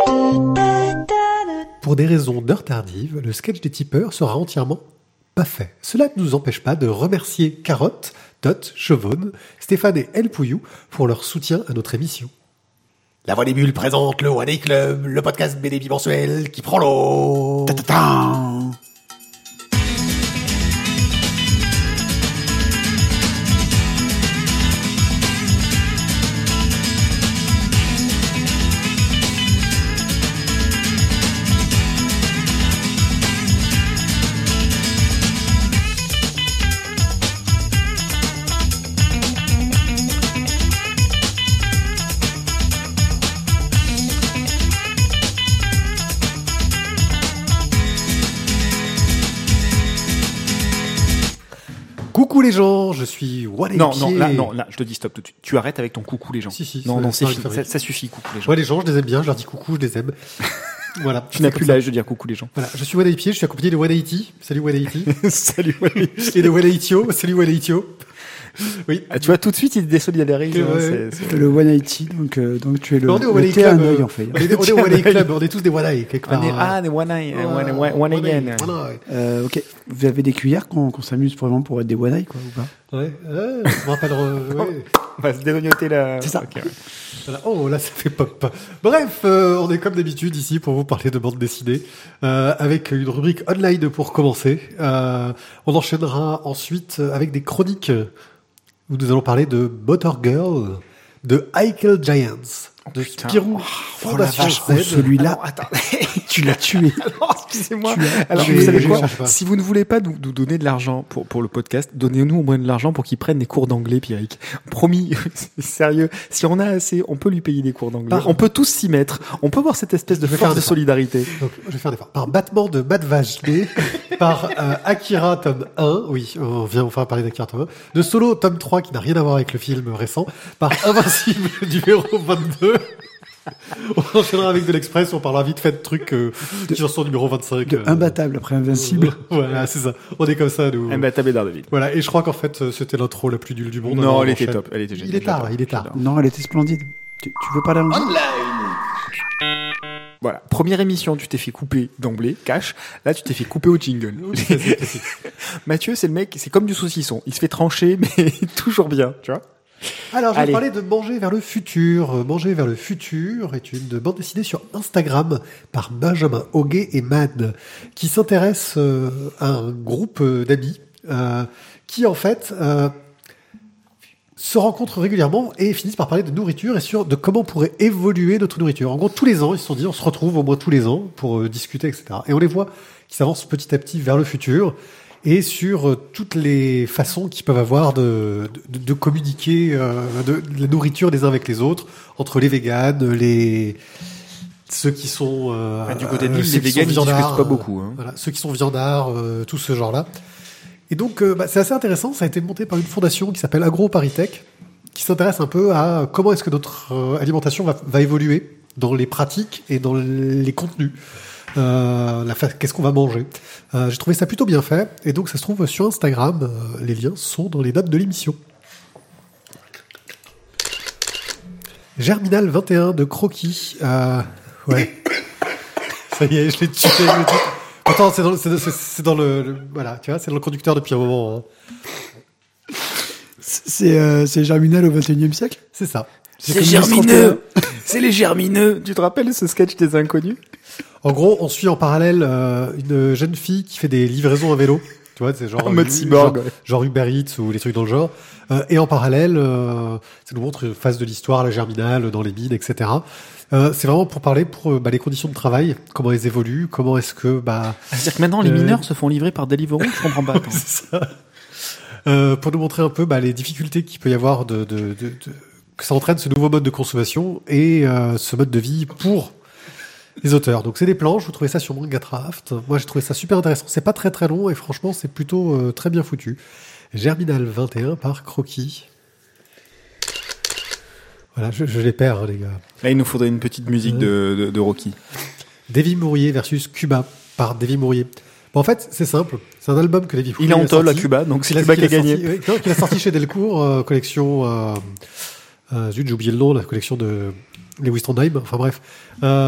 Pour des raisons d'heure tardive, le sketch des tipeurs sera entièrement pas fait. Cela ne nous empêche pas de remercier Carotte, Tot, Chevonne, Stéphane et El Pouillou pour leur soutien à notre émission. La Voix des Bulles présente le One Day Club, le podcast BD bimensuel qui prend l'eau. Coucou les gens, je suis One Non, là, je te dis stop tout de suite. Tu arrêtes avec ton coucou les gens. Si, non, ça suffit, coucou les gens. Ouais, les gens, je les aime bien, je leur dis coucou, je les aime. Voilà. Tu n'as plus l'âge de dire coucou les gens. Voilà, je suis One Pied, je suis accompagné de One Haiti. Salut One Haiti. Salut One Haiti. Et de One Haitio. Salut One Haitio. Oui. Ah, tu vois, tout de suite, il désolidarise. C'est le One Haiti, donc tu es le. On est au One Club, un œil, en fait. On est au One Club, on est tous des One Eye, quelque part. Des One Eye, One Again. Ok. Vous avez des cuillères qu'on s'amuse vraiment pour être des One Eye, quoi, ou pas? Ouais, je me rappelle, ouais. On va se dénoter là. C'est ça. Okay, ouais. Voilà. Oh, là, ça fait pop. Bref, on est comme d'habitude ici pour vous parler de bande dessinée, avec une rubrique online pour commencer. On enchaînera ensuite avec des chroniques où nous allons parler de Butter Girl, de Heikel Giants, de Spirou, Fondation Z. Celui-là, attends. Tu l'as tué. Alors, excusez-moi. Alors, J'ai- vous savez quoi? j'ai- Si vous ne voulez pas nous donner de l'argent pour le podcast, donnez-nous au moins de l'argent pour qu'il prenne des cours d'anglais, Pierrick. Promis, c'est sérieux. Si on a assez, on peut lui payer des cours d'anglais. On peut tous s'y mettre. On peut voir cette espèce de Je vais faire force un de effort. solidarité. Donc, je vais faire un effort. Par Battement de Matt Vachné, par Akira tome 1, oui, on vient enfin parler d'Akira tome 1, de Solo tome 3 qui n'a rien à voir avec le film récent, par Invincible numéro 22. On enchaînera avec de l'Express, on parlera vite fait de trucs qui en sont numéro 25. Imbattable après Invincible. Voilà, c'est ça. On est comme ça, nous. Mbappé Daredevil. Voilà, et je crois qu'en fait, c'était l'intro la plus nulle du monde. Non, Alors, elle on était enchaîne. top. Elle était géniale. Il est tard, il est tard. Non, elle était splendide. Tu veux parler anglais? Voilà. Première émission, tu t'es fait couper d'emblée, cash. Là, tu t'es fait couper au jingle. Mathieu, c'est le mec, c'est comme du saucisson. Il se fait trancher, mais toujours bien, tu vois. Alors, je vais Allez. parler de Manger vers le futur. Manger vers le futur est une bande dessinée sur Instagram par Benjamin Hoguet et Mad, qui s'intéresse à un groupe d'amis qui, en fait, se rencontrent régulièrement et finissent par parler de nourriture et de comment pourrait évoluer notre nourriture. En gros, tous les ans, ils se sont dit, on se retrouve au moins tous les ans pour discuter, etc. Et on les voit qui s'avancent petit à petit vers le futur et sur toutes les façons qu'ils peuvent avoir de communiquer de la nourriture des uns avec les autres, entre les véganes, ceux qui sont Du côté de l'île, ceux les qui sont véganes, ils discutent viandards, pas beaucoup. Hein. voilà, ceux qui sont viandards, tout ce genre-là. Et donc, c'est assez intéressant. Ça a été monté par une fondation qui s'appelle AgroParisTech, qui s'intéresse un peu à comment est-ce que notre alimentation va évoluer dans les pratiques et dans les contenus. Qu'est-ce qu'on va manger. J'ai trouvé ça plutôt bien fait. Et donc, ça se trouve sur Instagram. Les liens sont dans les notes de l'émission. Germinal 21 de Croquis. Ouais. Ça y est, je l'ai tué. Attends, c'est dans le voilà, tu vois, c'est dans le conducteur depuis un moment. Hein. C'est Germinal au 21e siècle? C'est ça. C'est germineux. C'est les germineux. Tu te rappelles ce sketch des inconnus? En gros, on suit en parallèle une jeune fille qui fait des livraisons à vélo. Tu vois, c'est genre En mode cyborg. genre Uber Eats ou les trucs dans le genre. Et en parallèle, ça nous montre une phase de l'histoire, la Germinal, dans les mines, etc. C'est vraiment pour parler pour les conditions de travail, comment elles évoluent, comment est-ce que C'est-à-dire que maintenant les mineurs se font livrer par Deliveroo. Je comprends pas. Attends. c'est ça. Pour nous montrer un peu les difficultés qu'il peut y avoir que ça entraîne ce nouveau mode de consommation et ce mode de vie pour les auteurs. Donc c'est des planches, vous trouvez ça sur Mangatraft. Moi j'ai trouvé ça super intéressant. C'est pas très très long et franchement c'est plutôt très bien foutu. Germinal 21 par Croquis. Voilà, je les perds, les gars. Là, il nous faudrait une petite musique de Rocky. Davy Mourier versus Cuba par Davy Mourier. Bon, en fait, c'est simple. C'est un album que Davy Mourier Il est en tôle à sorti. Cuba, donc c'est Il a- Cuba qu'il qui a a gagné. sorti- oui, non, qu'il a sorti chez Delcourt, collection... zut, j'ai oublié le nom, la collection de Lewis Trondheim. Enfin bref.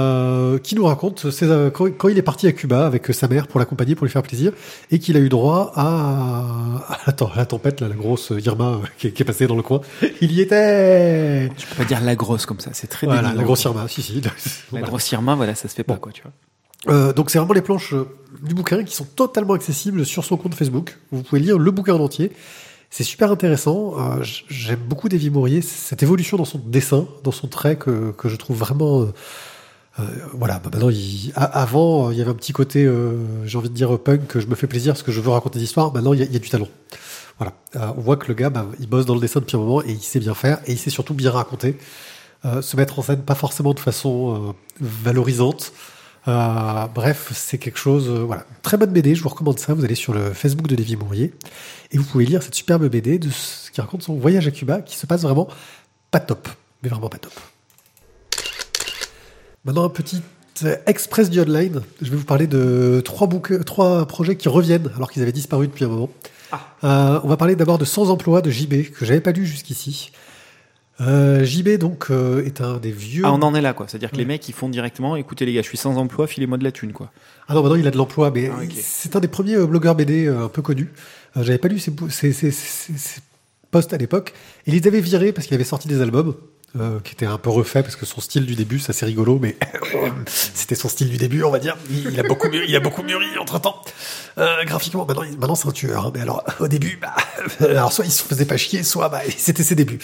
qui nous raconte quand il est parti à Cuba avec sa mère pour l'accompagner, pour lui faire plaisir, et qu'il a eu droit à la tempête, là, la grosse Irma qui est passée dans le coin. Il y était. Tu peux pas dire la grosse comme ça, c'est très voilà, dénigrant. la grosse Irma, si. La grosse Irma, voilà, ça se fait pas, quoi, tu vois. Donc c'est vraiment les planches du bouquin qui sont totalement accessibles sur son compte Facebook. Vous pouvez lire le bouquin en entier. C'est super intéressant. J'aime beaucoup Davy Mourier, cette évolution dans son dessin, dans son trait que je trouve vraiment. Voilà. Maintenant, avant, il y avait un petit côté, j'ai envie de dire punk, que je me fais plaisir parce que je veux raconter des histoires. Maintenant, il y a du talent. Voilà. On voit que le gars, il bosse dans le dessin depuis un moment et il sait bien faire et il sait surtout bien raconter, se mettre en scène, pas forcément de façon valorisante. Bref, c'est quelque chose. Voilà, très bonne BD. Je vous recommande ça. Vous allez sur le Facebook de Davy Mourier et vous pouvez lire cette superbe BD qui raconte son voyage à Cuba, qui se passe vraiment pas top, mais vraiment pas top. Maintenant, un petit express du online. Je vais vous parler de trois projets qui reviennent alors qu'ils avaient disparu depuis un moment. On va parler d'abord de Sans emploi de JB que j'avais pas lu jusqu'ici. JB donc est un des vieux. Ah, on en est là, quoi. C'est-à-dire que les mecs ils font directement. Écoutez les gars, je suis sans emploi, filez-moi de la thune, quoi. Ah non, maintenant il a de l'emploi, mais okay. C'est un des premiers blogueurs BD un peu connus. J'avais pas lu ses posts à l'époque. Il les avait virés parce qu'il avait sorti des albums qui étaient un peu refaits parce que son style du début, ça c'est rigolo, mais c'était son style du début, on va dire. Il a beaucoup mûri entre temps. Graphiquement, maintenant c'est un tueur. Hein, mais alors au début, alors soit il se faisait pas chier, soit c'était ses débuts.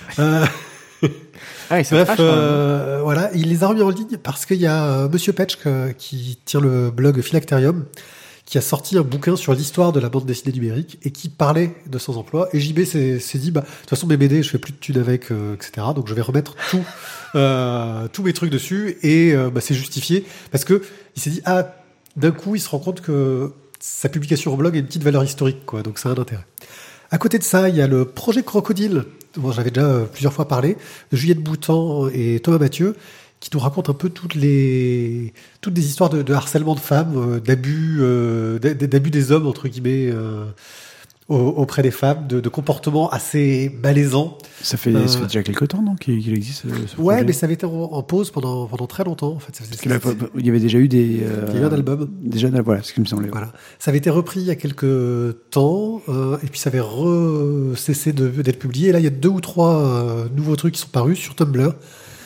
Bref, voilà, il les a remis en ligne parce qu'il y a Monsieur Petch qui tient le blog Philacterium, qui a sorti un bouquin sur l'histoire de la bande dessinée numérique et qui parlait de Sans emploi. Et JB s'est dit, de toute façon mes BD, je fais plus de thunes avec, etc. Donc je vais remettre tous mes trucs dessus et c'est justifié parce que il s'est dit, d'un coup il se rend compte que sa publication en blog a une petite valeur historique, quoi. Donc ça a un intérêt. À côté de ça, il y a le projet Crocodile, dont j'avais déjà plusieurs fois parlé, de Juliette Boutan et Thomas Mathieu, qui nous racontent un peu toutes des histoires de harcèlement de femmes, d'abus des hommes, entre guillemets, auprès des femmes, de comportements assez malaisants. Ça fait déjà quelques temps, non, qu'il existe ce ouais, projet. Mais ça avait été en pause pendant très longtemps, en fait. Il y avait déjà eu des... Il y a eu un album. Déjà, voilà, ce qui me semblait. Voilà. Ça avait été repris il y a quelques temps, et puis ça avait cessé d'être publié. Et là, il y a 2 ou 3 nouveaux trucs qui sont parus sur Tumblr.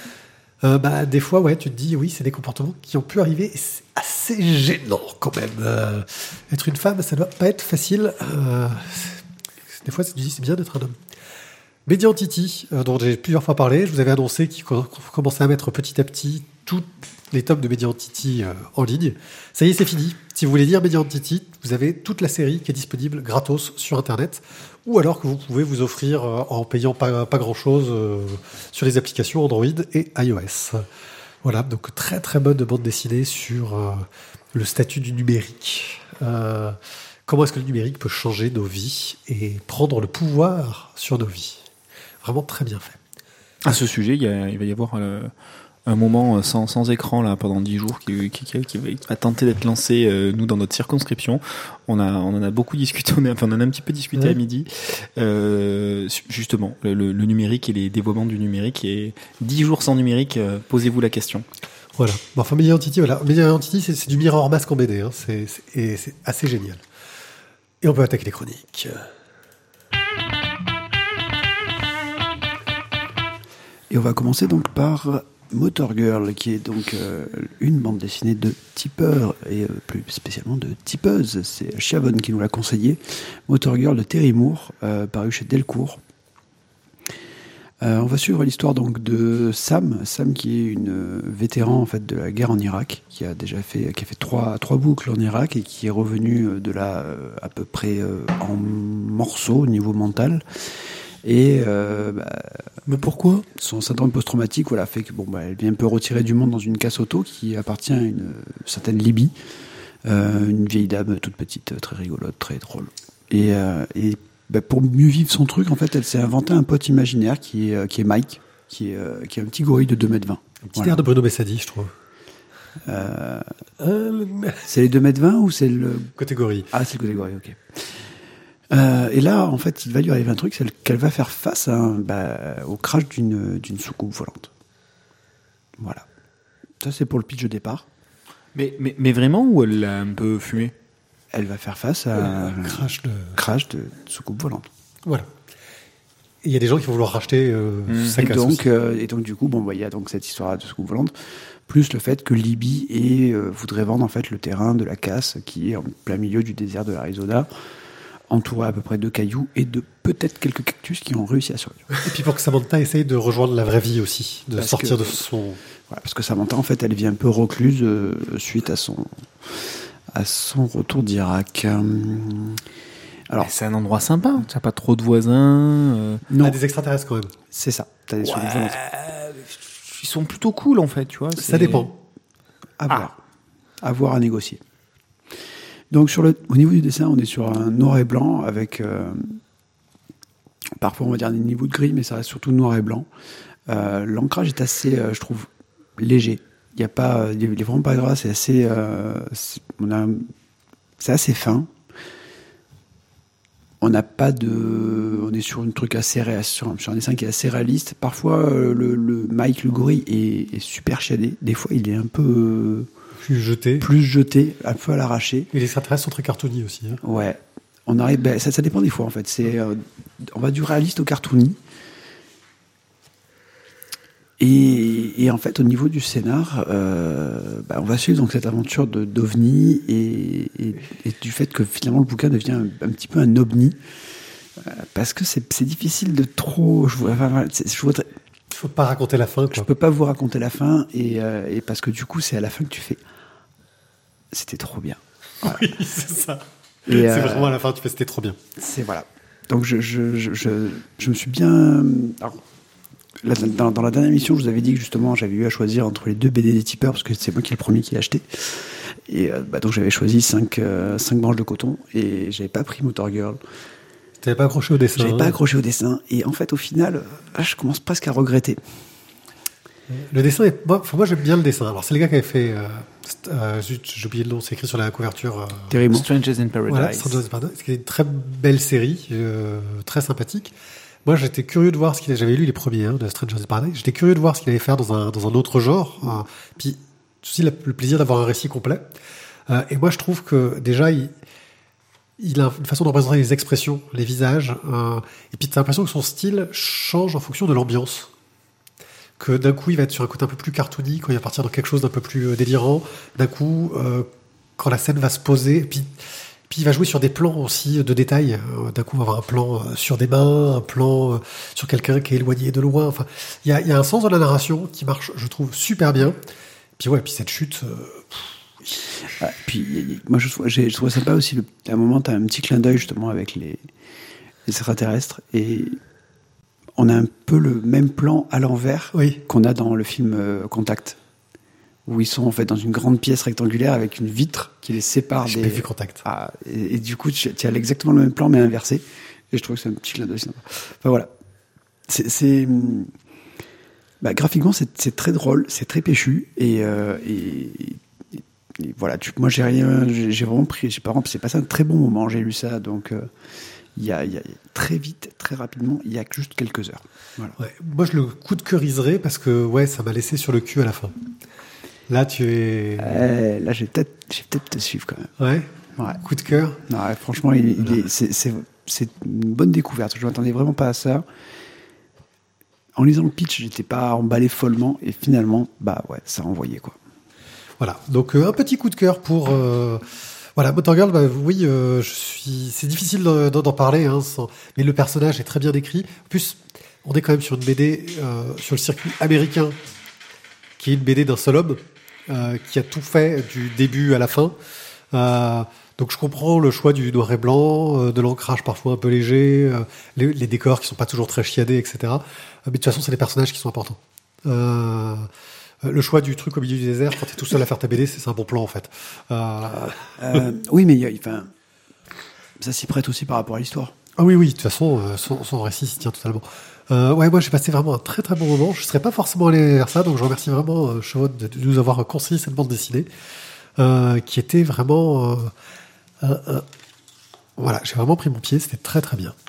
Des fois, ouais, tu te dis, oui, c'est des comportements qui ont pu arriver, et c'est assez gênant, quand même. Être une femme, ça doit pas être facile. Des fois, tu te dis, c'est bien d'être un homme. Mediantity, dont j'ai plusieurs fois parlé, je vous avais annoncé qu'il commençait à mettre petit à petit tous les tomes de Mediantity en ligne. Ça y est, c'est fini. Si vous voulez lire Mediantity, vous avez toute la série qui est disponible gratos sur Internet, ou alors que vous pouvez vous offrir en payant pas grand-chose sur les applications Android et iOS. Voilà, donc très très bonne bande dessinée sur le statut du numérique. Comment est-ce que le numérique peut changer nos vies et prendre le pouvoir sur nos vies. Vraiment très bien fait. À ce sujet, il va y avoir un moment sans écran là pendant 10 jours qui va tenter d'être lancé nous dans notre circonscription. On en a beaucoup discuté, on en a un petit peu discuté à midi. Justement, le numérique et les développements du numérique, et 10 jours sans numérique, posez-vous la question. Voilà. Bon, enfin, Mediantity, voilà. Mediantity, c'est du Mirror Mask en BD, hein. C'est assez génial. Et on peut attaquer les chroniques. Et on va commencer donc par Motor Girl, qui est donc une bande dessinée de tipeurs, et plus spécialement de tipeuse. C'est Chiavon qui nous l'a conseillé. Motor Girl de Terry Moore, paru chez Delcourt. On va suivre l'histoire donc de Sam qui est une vétéran en fait de la guerre en Irak, qui a fait trois boucles en Irak et qui est revenu de là à peu près en morceaux au niveau mental. Et mais pourquoi ? Son syndrome post-traumatique, voilà, fait que elle vient un peu retirer du monde dans une casse auto qui appartient à une certaine Libye, une vieille dame toute petite, très rigolote, très drôle. Et pour mieux vivre son truc, en fait, elle s'est inventé un pote imaginaire qui est Mike, qui est un petit gorille de 2,20 m. Un petit air de Bruno Bessadi, je trouve. C'est les 2,20 m ou c'est le côté gorille? Ah, c'est le côté gorille, ok. Et là, en fait, il va lui arriver un truc, c'est qu'elle va faire face au crash d'une soucoupe volante. Voilà. Ça, c'est pour le pitch de départ. Mais vraiment, ou elle l'a un peu fumé? Elle va faire face à un crash de soucoupe volante. Voilà. Il y a des gens qui vont vouloir racheter sa casse aussi. Et donc, du coup, il y a donc cette histoire de soucoupe volante, plus le fait que Libby voudrait vendre en fait le terrain de la casse qui est en plein milieu du désert de l'Arizona, entouré à peu près de cailloux et de peut-être quelques cactus qui ont réussi à survivre. Et puis pour que Samantha essaye de rejoindre la vraie vie aussi, de sortir de son... Voilà, parce que Samantha, en fait, elle vit un peu recluse suite à son retour d'Irak. Alors, c'est un endroit sympa, t'as pas trop de voisins. Non. Ah, des extraterrestres quand même. C'est ça, t'as des soucoupes volantes. Ils sont plutôt cool en fait, tu vois. Ça dépend. À voir, à négocier. Donc au niveau du dessin, on est sur un noir et blanc avec parfois on va dire des niveaux de gris, mais ça reste surtout noir et blanc. L'ancrage est assez, je trouve, léger. Il est vraiment pas gras, c'est assez, c'est assez fin. On est sur un truc assez sur un dessin qui est assez réaliste. Parfois, le Mike le gorille est super shadé. Des fois, il est un peu plus jeté, un peu à l'arraché. Et les extraterrestres sont très cartoony aussi. Hein. Ouais. On arrive, ça dépend des fois en fait. On va du réaliste au cartoony. Et en fait, au niveau du scénar, on va suivre donc cette aventure d'OVNI et du fait que finalement le bouquin devient un petit peu un ovni, parce que c'est difficile de trop. Il faut pas raconter la fin. Quoi. Je peux pas vous raconter la fin et parce que du coup, c'est à la fin que tu fais. C'était trop bien. Voilà. Oui, c'est ça. C'est vraiment à la fin, tu fais c'était trop bien. C'est voilà. Donc je me suis bien. Alors, dans la dernière émission, je vous avais dit que justement j'avais eu à choisir entre les deux BD des tipeurs parce que c'est moi qui ai le premier qui l'ai acheté. Et donc j'avais choisi 5 branches de coton et j'avais pas pris Motor Girl. T'avais pas accroché au dessin. J'avais pas accroché au dessin et en fait au final, je commence presque à regretter. Le dessin est... moi j'aime bien le dessin. Alors c'est le gars qui avait fait j'ai oublié le nom, c'est écrit sur la couverture. Strangers in Paradise. Voilà, Strangers in Paradise, qui est une très belle série, très sympathique. Moi, j'étais curieux de voir ce qu'il avait. J'avais lu les premiers de Strangers in Paradise. J'étais curieux de voir ce qu'il allait faire dans un autre genre. Puis aussi le plaisir d'avoir un récit complet. Et moi, je trouve que déjà, il a une façon de représenter les expressions, les visages. Et puis, t'as l'impression que son style change en fonction de l'ambiance. Que d'un coup, il va être sur un côté un peu plus cartoony, quand il va partir dans quelque chose d'un peu plus délirant. D'un coup, quand la scène va se poser, puis il va jouer sur des plans aussi de détails. D'un coup, on va avoir un plan sur des mains, un plan sur quelqu'un qui est éloigné de loin. Enfin, il y a un sens de la narration qui marche, je trouve, super bien. Puis puis cette chute. Puis moi, je trouve sympa aussi. À un moment, tu as un petit clin d'œil justement avec les extraterrestres et on a un peu le même plan à l'envers qu'on a dans le film Contact, où ils sont en fait dans une grande pièce rectangulaire avec une vitre qui les sépare des... J'ai pas vu Contact. Et du coup, tu as exactement le même plan mais inversé. Et je trouve que c'est un petit clin d'œil sympa. Enfin voilà. Graphiquement, c'est très drôle, c'est très péchu et voilà. Moi, j'ai vraiment pris. C'est passé un très bon moment. J'ai lu ça, donc. Il y a très vite, très rapidement, il y a juste quelques heures. Voilà. Ouais, moi, je le coup de cœuriserai parce que ça m'a laissé sur le cul à la fin. Là, tu es. Là, je vais peut-être te suivre quand même. Ouais. Coup de cœur. Non, franchement, c'est une bonne découverte. Je m'attendais vraiment pas à ça. En lisant le pitch, j'étais pas emballé follement et finalement, ça a envoyé quoi. Voilà. Donc un petit coup de cœur pour. Voilà, Motor Girl, oui, c'est difficile d'en parler, mais le personnage est très bien décrit. En plus, on est quand même sur une BD sur le circuit américain, qui est une BD d'un seul homme, qui a tout fait du début à la fin. Donc je comprends le choix du noir et blanc, de l'ancrage parfois un peu léger, les décors qui sont pas toujours très chiadés, etc. Mais de toute façon, c'est les personnages qui sont importants. Le choix du truc au milieu du désert, quand t'es tout seul à faire ta BD, c'est un bon plan en fait. Oui, mais ça s'y prête aussi par rapport à l'histoire. Ah oui, de toute façon, son récit s'y tient totalement. Moi j'ai passé vraiment un très très bon moment. Je serais pas forcément allé vers ça, donc je remercie vraiment Chevaude de nous avoir conseillé cette bande dessinée, qui était vraiment... Voilà, j'ai vraiment pris mon pied, c'était très très bien.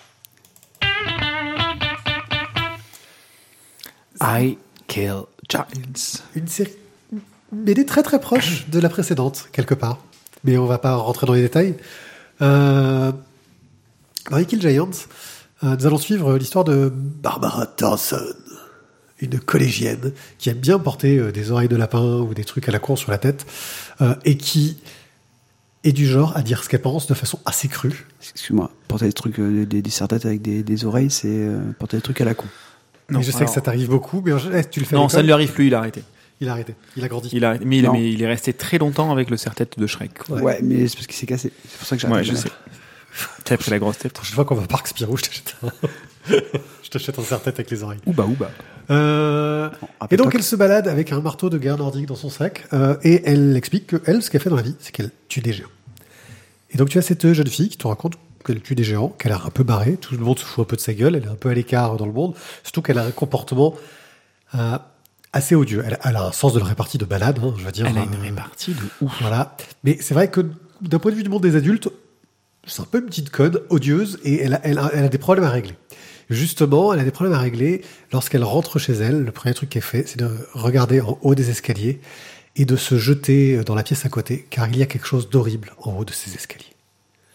I Kill Giants. Une série BD très très proche de la précédente, quelque part. Mais on va pas rentrer dans les détails. Dans Kill Giants, nous allons suivre l'histoire de Barbara Thorson, une collégienne qui aime bien porter des oreilles de lapin ou des trucs à la con sur la tête, et qui est du genre à dire ce qu'elle pense de façon assez crue. Excuse-moi, porter des trucs, des serre-têtes avec des oreilles, c'est porter des trucs à la con. Non, je sais que ça t'arrive beaucoup, mais tu le fais. Non, ça ne lui arrive plus, il a arrêté. Il a arrêté, il a grandi. Mais il est resté très longtemps avec le serre-tête de Shrek. Ouais, mais c'est parce qu'il s'est cassé. C'est pour ça que j'ai arrêté. Ouais, je sais. Tu as pris la grosse tête. Je vois qu'on va au Parc Spirou, je t'achète un serre-tête avec les oreilles. Ouba. Et donc elle se balade avec un marteau de guerre nordique dans son sac, et elle explique que elle, ce qu'elle fait dans la vie, c'est qu'elle tue des géants. Et donc tu as cette jeune fille qui te raconte qu'elle tue des géants, qu'elle a un peu barré, tout le monde se fout un peu de sa gueule, elle est un peu à l'écart dans le monde, surtout qu'elle a un comportement assez odieux. Elle a un sens de la répartie de balade, je veux dire. Elle a une répartie de ouf. Voilà. Mais c'est vrai que d'un point de vue du monde des adultes, c'est un peu une petite conne odieuse, et elle a des problèmes à régler. Justement, elle a des problèmes à régler lorsqu'elle rentre chez elle. Le premier truc qu'elle fait, c'est de regarder en haut des escaliers et de se jeter dans la pièce à côté, car il y a quelque chose d'horrible en haut de ces escaliers. Quoi ?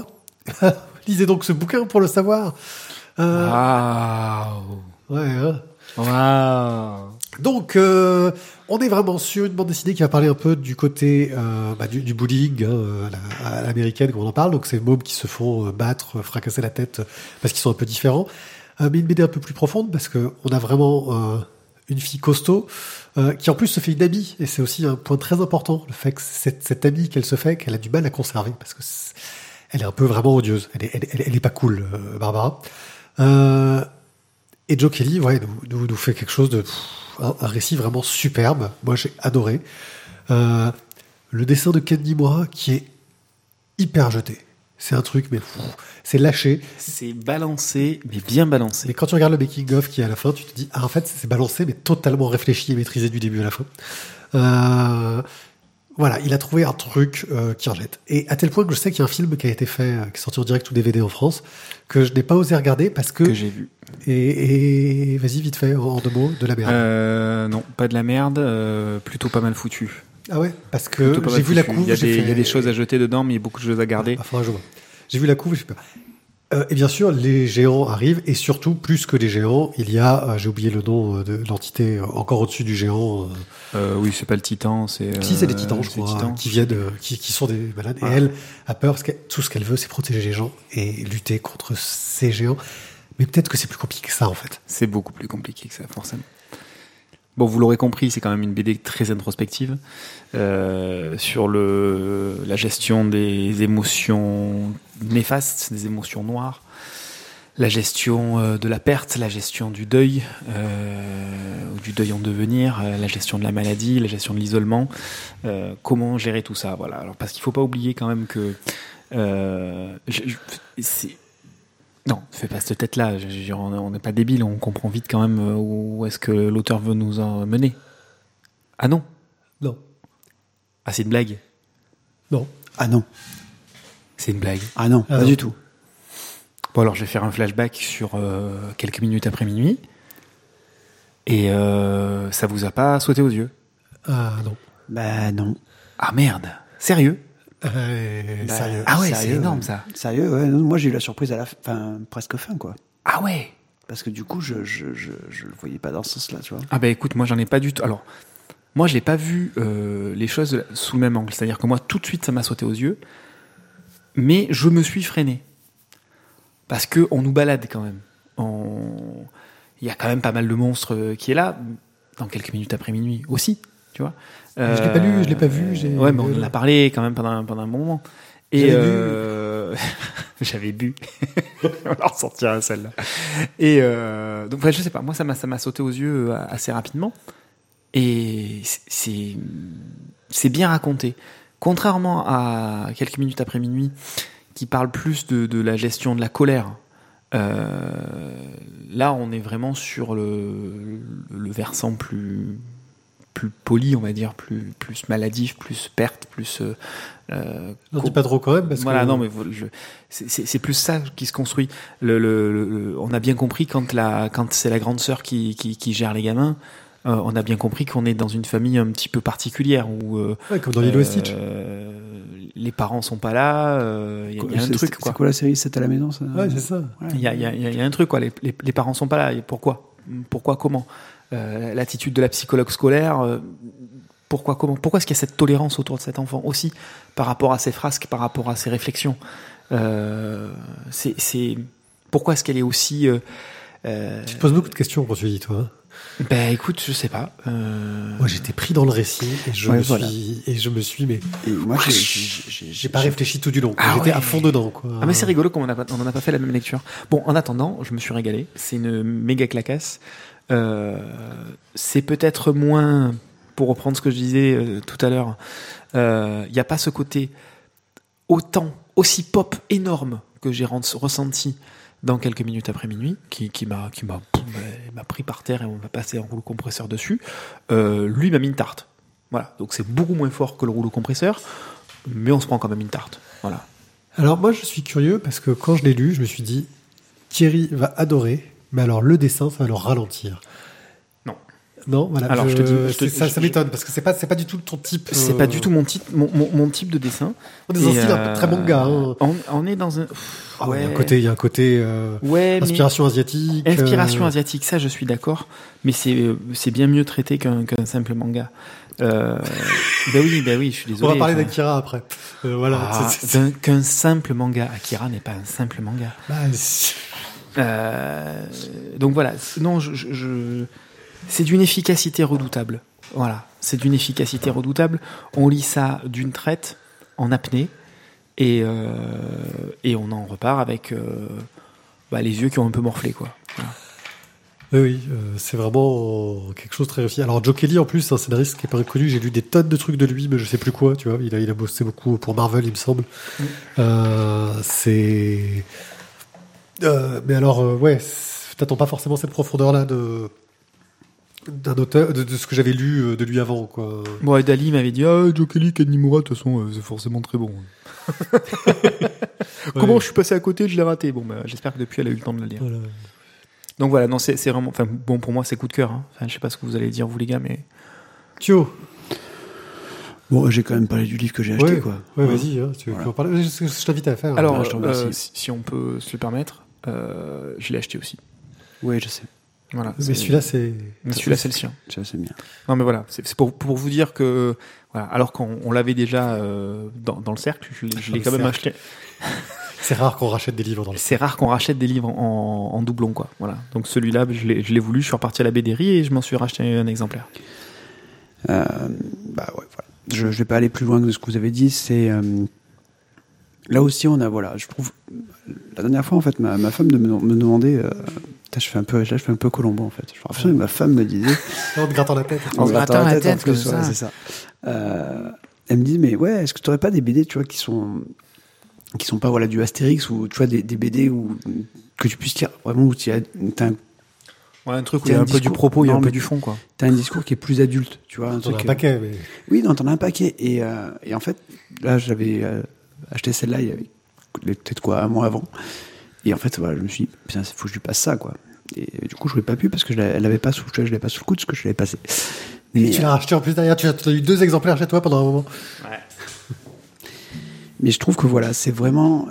Lisez donc ce bouquin pour le savoir. Waouh. Ouais, hein. Waouh. Donc, on est vraiment sur une bande dessinée qui va parler un peu du côté du bullying à l'américaine, comme on en parle. Donc, ces mômes qui se font battre, fracasser la tête parce qu'ils sont un peu différents. Mais une BD un peu plus profonde parce que on a vraiment une fille costaud qui en plus se fait une amie. Et c'est aussi un point très important, le fait que cette amie qu'elle se fait, qu'elle a du mal à conserver parce que elle est un peu vraiment odieuse. Elle est pas cool, Barbara. Et Joe Kelly, nous fait quelque chose de un récit vraiment superbe. Moi, j'ai adoré. Le dessin de Ken Niimura qui est hyper jeté. C'est un truc, mais c'est lâché. C'est balancé, mais bien balancé. Mais quand tu regardes le making-of qui est à la fin, tu te dis, en fait, c'est balancé, mais totalement réfléchi et maîtrisé du début à la fin. Voilà, il a trouvé un truc qui en jette. Et à tel point que je sais qu'il y a un film qui a été fait, qui est sorti en direct ou DVD en France, que je n'ai pas osé regarder parce que j'ai vu. Et vas-y, vite fait, en 2 mots, de la merde. Non, pas de la merde, plutôt pas mal foutu. Ah ouais, parce que j'ai vu la couve. Il y a des choses à jeter dedans, mais il y a beaucoup de choses à garder. J'ai vu la couve, je sais pas. Et bien sûr, les géants arrivent, et surtout, plus que les géants, il y a, j'ai oublié le nom de l'entité encore au-dessus du géant. Oui, c'est pas le titan, c'est... Si, c'est les titans, je crois, qui viennent, qui sont des malades. Et elle a peur, parce que tout ce qu'elle veut, c'est protéger les gens et lutter contre ces géants. Mais peut-être que c'est plus compliqué que ça, en fait. C'est beaucoup plus compliqué que ça, forcément. Bon, vous l'aurez compris, c'est quand même une BD très introspective sur la gestion des émotions néfastes, des émotions noires, la gestion de la perte, la gestion du deuil, ou du deuil en devenir, la gestion de la maladie, la gestion de l'isolement, comment gérer tout ça. Voilà. Alors, parce qu'il ne faut pas oublier quand même que non, fais pas cette tête-là. On n'est pas débile, on comprend vite quand même où est-ce que l'auteur veut nous en mener. Ah non. Non. Ah, c'est une blague. Non. Ah non. C'est une blague. Ah non, pas du tout. Bon, alors je vais faire un flashback sur quelques minutes après minuit. Et ça vous a pas sauté aux yeux? Ah non. Bah non. Ah merde. Sérieux? Sérieux. Ah ouais, sérieux, c'est énorme ça. Sérieux, ouais. Moi j'ai eu la surprise à la fin, presque fin quoi. Ah ouais. Parce que du coup je le voyais pas dans ce sens-là, tu vois. Ah bah écoute, moi j'en ai pas du tout. Alors, moi je n'ai pas vu les choses sous le même angle. C'est-à-dire que moi tout de suite ça m'a sauté aux yeux. Mais je me suis freiné. Parce que on nous balade quand même. Il y a quand même pas mal de monstres qui est là, dans quelques minutes après minuit aussi, tu vois. Je l'ai pas lu, je l'ai pas vu. Ouais, mais on en a parlé quand même pendant un bon moment. Et j'avais bu. On en ressortira celle-là. Et donc, je sais pas. Moi, ça m'a sauté aux yeux assez rapidement. Et c'est bien raconté. Contrairement à quelques minutes après minuit, qui parle plus de la gestion de la colère. Là, on est vraiment sur le versant plus poli, on va dire, plus maladif, plus perte, plus... non, dis pas trop quand même, parce voilà, que... non, mais c'est plus ça qui se construit. On a bien compris quand c'est la grande sœur qui gère les gamins, on a bien compris qu'on est dans une famille un petit peu particulière où comme dans Lilo et Stitch. Les parents sont pas là. Il y a un truc. C'est quoi la série 7 à la maison, ça? Ouais, c'est ça. Il y a un truc, quoi. Les parents sont pas là. Et pourquoi? Comment? L'attitude de la psychologue scolaire. Pourquoi est-ce qu'il y a cette tolérance autour de cet enfant aussi par rapport à ses frasques, par rapport à ses réflexions? Pourquoi est-ce qu'elle est aussi Tu te poses beaucoup de questions quand tu dis, toi. Ben écoute, je sais pas. Moi, j'étais pris dans le récit et je me suis mais moi j'ai pas réfléchi tout du long. J'étais à fond dedans, quoi. Ah mais c'est rigolo qu'on en a pas fait la même lecture. Bon, en attendant, je me suis régalé. C'est une méga clacasse. C'est peut-être moins, pour reprendre ce que je disais tout à l'heure, il y a pas ce côté aussi pop énorme que j'ai ressenti dans quelques minutes après minuit, qui m'a pris par terre et on m'a passé un rouleau compresseur dessus. Lui m'a mis une tarte. Voilà. Donc c'est beaucoup moins fort que le rouleau compresseur, mais on se prend quand même une tarte. Voilà. Alors moi je suis curieux parce que quand je l'ai lu, je me suis dit Thierry va adorer, mais alors le dessin ça va le ralentir. Non, voilà. Alors ça m'étonne parce que c'est pas du tout ton type. C'est pas du tout mon type de dessin. On est dans un style un peu très manga. Hein. On est dans un. Ouais. Il y a un côté. Inspiration asiatique. Inspiration asiatique, ça je suis d'accord, mais c'est bien mieux traité qu'un simple manga. Ben oui, je suis désolé. On va parler d'Akira après. Voilà. Qu'un simple manga. Akira n'est pas un simple manga. Donc voilà. Non, c'est d'une efficacité redoutable. Voilà, c'est d'une efficacité redoutable. On lit ça d'une traite, en apnée, et on en repart avec les yeux qui ont un peu morflé, quoi. Voilà. Oui, c'est vraiment quelque chose de très réussi. Alors Joe Kelly, en plus, c'est un scénariste qui est pas reconnu. J'ai lu des tonnes de trucs de lui, mais je sais plus quoi. Tu vois, il a bossé beaucoup pour Marvel, il me semble. Mais alors, t'attends pas forcément cette profondeur-là d'un auteur, de ce que j'avais lu de lui avant, quoi. Bon, et Dali m'avait dit, Joe Kelly, Ken Nimura, de toute façon, c'est forcément très bon. Comment je suis passé à côté, je l'ai raté. Bon, j'espère que depuis, elle a eu le temps de le lire. Voilà. Donc voilà, non, c'est vraiment, bon, pour moi, c'est coup de cœur, hein. Je sais pas ce que vous allez dire, vous, les gars, mais. Thio. Bon, j'ai quand même parlé du livre que j'ai acheté, quoi. Ouais, vas-y, hein, tu veux en parler? Je t'invite à faire. Alors, si on peut se le permettre, je l'ai acheté aussi. Oui, je sais. Voilà, mais celui-là, c'est le sien. Ça, c'est bien. Non, mais voilà, c'est pour vous dire que, voilà, alors qu'on l'avait déjà dans le cercle, je l'ai quand même acheté. C'est rare qu'on rachète des livres dans le cercle. C'est rare qu'on rachète des livres en doublon, quoi. Voilà. Donc celui-là, je l'ai voulu, je suis reparti à la BDRI et je m'en suis racheté un exemplaire. Ouais, voilà. Je vais pas aller plus loin que ce que vous avez dit. C'est là aussi, je trouve. La dernière fois, en fait, ma femme me demandait. Je fais un peu Colombo, en fait. Je me rappelle que ma femme me disait. En te grattant la tête. En se grattant la tête, comme ça. C'est ça. Elle me dit, mais ouais, est-ce que tu n'aurais pas des BD, tu vois, qui sont pas du Astérix ou tu vois des BD que tu puisses lire vraiment où tu as un truc où il y a un peu du propos, il y a un peu du fond, quoi. T'as un discours qui est plus adulte, tu vois. T'en as un paquet, mais. Oui, non, t'en as un paquet. Et en fait, là, j'avais acheté celle-là il y avait peut-être un mois avant. Et en fait, voilà, je me suis dit, putain, il faut que je lui passe ça, quoi. Et du coup, je ne l'ai pas pu parce que je l'avais pas sous le coude, parce que je l'avais passé. Mais tu l'as racheté en plus derrière, tu as eu 2 exemplaires chez toi pendant un moment. Ouais. Mais je trouve que voilà, c'est vraiment.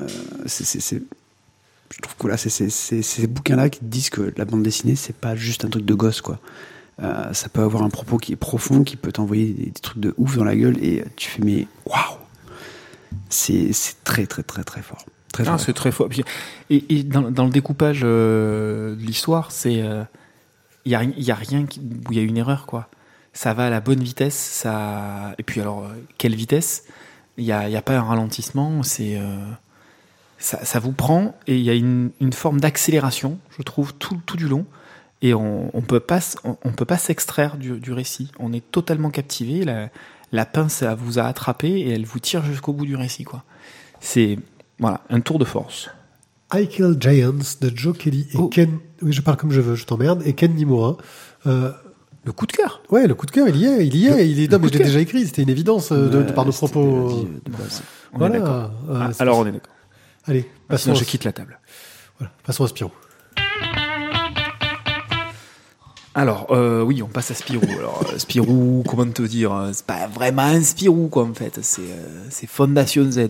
Je trouve que voilà, c'est ces bouquins-là qui te disent que la bande dessinée, c'est pas juste un truc de gosse, quoi. Ça peut avoir un propos qui est profond, qui peut t'envoyer des trucs de ouf dans la gueule, et tu fais, mais waouh! C'est très, très, très, très fort. C'est très fort. Et dans le découpage de l'histoire, il y a rien où il y a une erreur, quoi. Ça va à la bonne vitesse, et puis alors quelle vitesse? Il y a pas un ralentissement, ça vous prend, et il y a une forme d'accélération, je trouve, tout du long, et on peut pas s'extraire du récit. On est totalement captivé, la pince elle vous a attrapé et elle vous tire jusqu'au bout du récit, quoi. C'est voilà, un tour de force. I Kill Giants de Joe Kelly et Ken. Oui, je parle comme je veux, je t'emmerde. Et Ken Nimura. Le coup de cœur. Ouais, le coup de cœur, il y est. Non, mais je l'ai déjà écrit. C'était une évidence par nos propos. Voilà. Alors on est d'accord. Allez, passons. Sinon, je quitte la table. Voilà, passons à Spirou. Alors, oui, on passe à Spirou. Alors, Spirou, comment te dire, c'est pas vraiment un Spirou, quoi, en fait. C'est Fondation Z.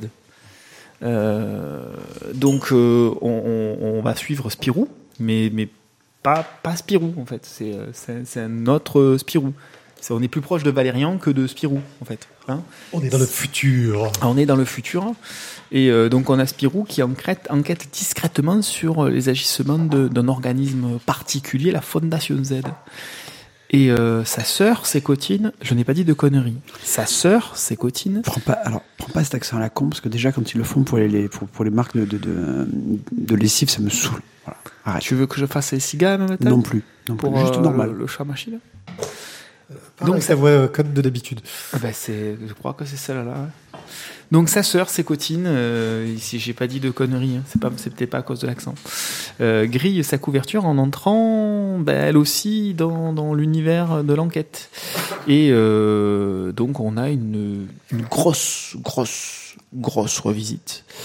Donc, on va suivre Spirou, mais pas Spirou, en fait. C'est un autre Spirou. On est plus proche de Valérian que de Spirou, en fait. Hein, on est dans le futur. On est dans le futur. Et donc, on a Spirou qui enquête discrètement sur les agissements d'un organisme particulier, la Fondation Z. Et sa sœur, Sécotine, je n'ai pas dit de conneries. Sa sœur, Sécotine... Prends pas cet accent à la con, parce que déjà, quand ils le font pour les marques de lessive, ça me saoule. Voilà. Arrête. Tu veux que je fasse les cigares, même Non plus. Pour juste normal. Le chat machine. Donc sa voix comme de d'habitude. Je crois que c'est celle-là. Ouais. Donc sa sœur, Sécotine, si j'ai pas dit de conneries, hein, c'est peut-être pas à cause de l'accent, grille sa couverture en entrant, elle aussi, dans l'univers de l'enquête. Et donc on a une grosse revisite.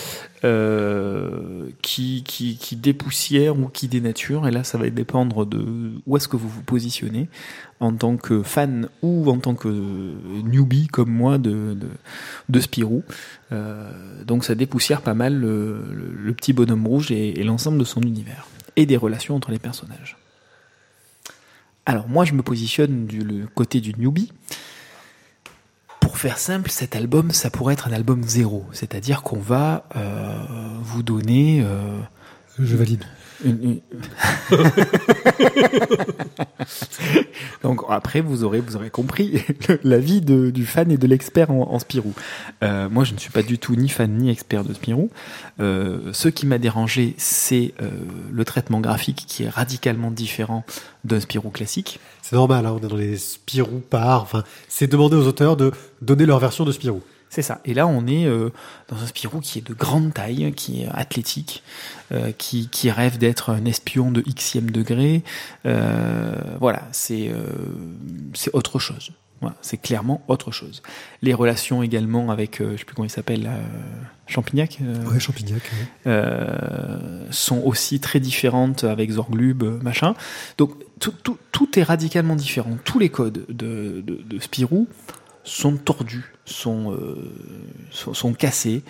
Qui dépoussière ou qui dénature, et là ça va dépendre de où est-ce que vous vous positionnez en tant que fan ou en tant que newbie comme moi de Spirou. Donc ça dépoussière pas mal le petit bonhomme rouge et l'ensemble de son univers et des relations entre les personnages. Alors moi je me positionne du côté du newbie. Pour faire simple, cet album, ça pourrait être un album 0. C'est-à-dire qu'on va vous donner... Je valide. Donc après, vous aurez compris l'avis du fan et de l'expert en Spirou. Moi, je ne suis pas du tout ni fan ni expert de Spirou. Ce qui m'a dérangé, c'est le traitement graphique qui est radicalement différent d'un Spirou classique. C'est normal, hein, on est dans les Spirou par... Enfin, c'est demander aux auteurs de donner leur version de Spirou. C'est ça. Et là, on est dans un Spirou qui est de grande taille, qui est athlétique, qui rêve d'être un espion de xème degré. Voilà, c'est autre chose. Voilà, c'est clairement autre chose. Les relations également avec, je sais plus comment il s'appelle, Champignac. Ouais, Champignac. Ouais. Sont aussi très différentes avec Zorglub, machin. Donc tout est radicalement différent. Tous les codes de Spirou sont tordus, sont cassés.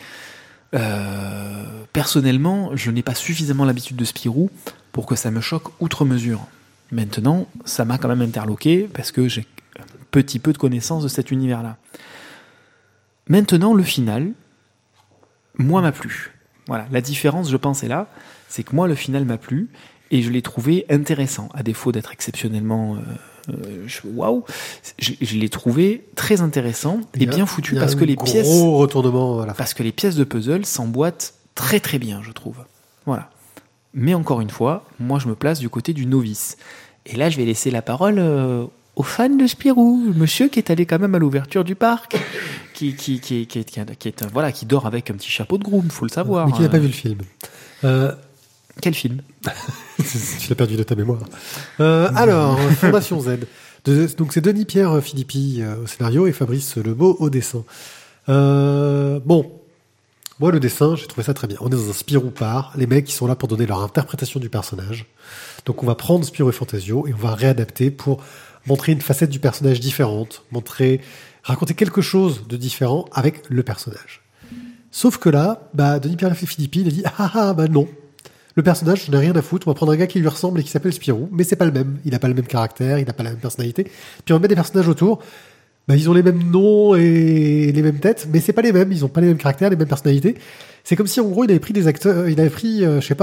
Personnellement, je n'ai pas suffisamment l'habitude de Spirou pour que ça me choque outre mesure. Maintenant, ça m'a quand même interloqué parce que j'ai un petit peu de connaissance de cet univers-là. Maintenant, le final, moi, m'a plu. Voilà, la différence, je pense, est là, c'est que moi, le final m'a plu et je l'ai trouvé intéressant, à défaut d'être exceptionnellement... waouh, je l'ai trouvé très intéressant et bien foutu parce que les pièces, retournement, voilà. Parce que les pièces de puzzle s'emboîtent très très bien, je trouve. Voilà. Mais encore une fois, moi je me place du côté du novice. Et là, je vais laisser la parole aux fans de Spirou, monsieur qui est allé quand même à l'ouverture du parc, qui dort avec un petit chapeau de groom, faut le savoir. Mais qui n'a pas vu le film. Quel film? Tu l'as perdu de ta mémoire. Alors, Fondation Z. Donc c'est Denis-Pierre Philippi au scénario et Fabrice Lebeau au dessin. Bon, moi le dessin, j'ai trouvé ça très bien. On est dans un Spirou par, les mecs qui sont là pour donner leur interprétation du personnage. Donc on va prendre Spirou et Fantasio et on va réadapter pour montrer une facette du personnage différente, raconter quelque chose de différent avec le personnage. Sauf que là, Denis-Pierre Philippi, il a dit non. Le personnage, je n'ai rien à foutre. On va prendre un gars qui lui ressemble et qui s'appelle Spirou, mais c'est pas le même. Il n'a pas le même caractère, il n'a pas la même personnalité. Puis on va mettre des personnages autour. Ils ont les mêmes noms et les mêmes têtes, mais c'est pas les mêmes. Ils ont pas les mêmes caractères, les mêmes personnalités. C'est comme si, en gros, il avait pris des acteurs. Il avait pris,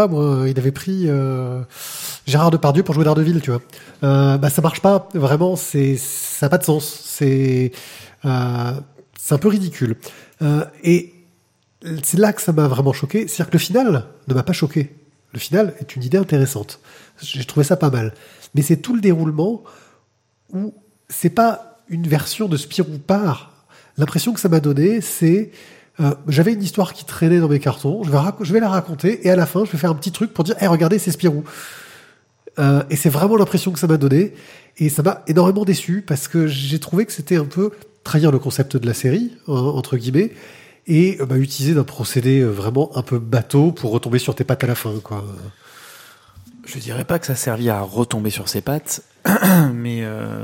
Gérard Depardieu pour jouer Daredevil, tu vois. Ça marche pas vraiment. Ça n'a pas de sens. C'est un peu ridicule. Et c'est là que ça m'a vraiment choqué. C'est-à-dire que le final ne m'a pas choqué. Le final est une idée intéressante. J'ai trouvé ça pas mal. Mais c'est tout le déroulement où c'est pas une version de Spirou par. L'impression que ça m'a donné, c'est j'avais une histoire qui traînait dans mes cartons, je vais la raconter et à la fin, je vais faire un petit truc pour dire regardez, c'est Spirou. Et c'est vraiment l'impression que ça m'a donné. Et ça m'a énormément déçu parce que j'ai trouvé que c'était un peu trahir le concept de la série, entre guillemets, et utiliser d'un procédé vraiment un peu bateau pour retomber sur tes pattes à la fin, quoi. Je dirais pas que ça servait à retomber sur ses pattes. Mais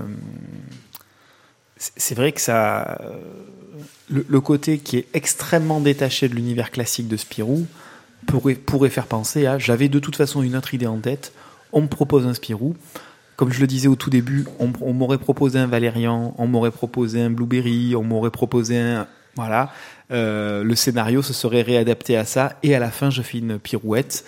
c'est vrai que ça, le côté qui est extrêmement détaché de l'univers classique de Spirou pourrait faire penser à j'avais de toute façon une autre idée en tête, on me propose un Spirou. Comme je le disais au tout début, on m'aurait proposé un Valérian, on m'aurait proposé un Blueberry, on m'aurait proposé un... Voilà. Le scénario se serait réadapté à ça et à la fin, je fais une pirouette.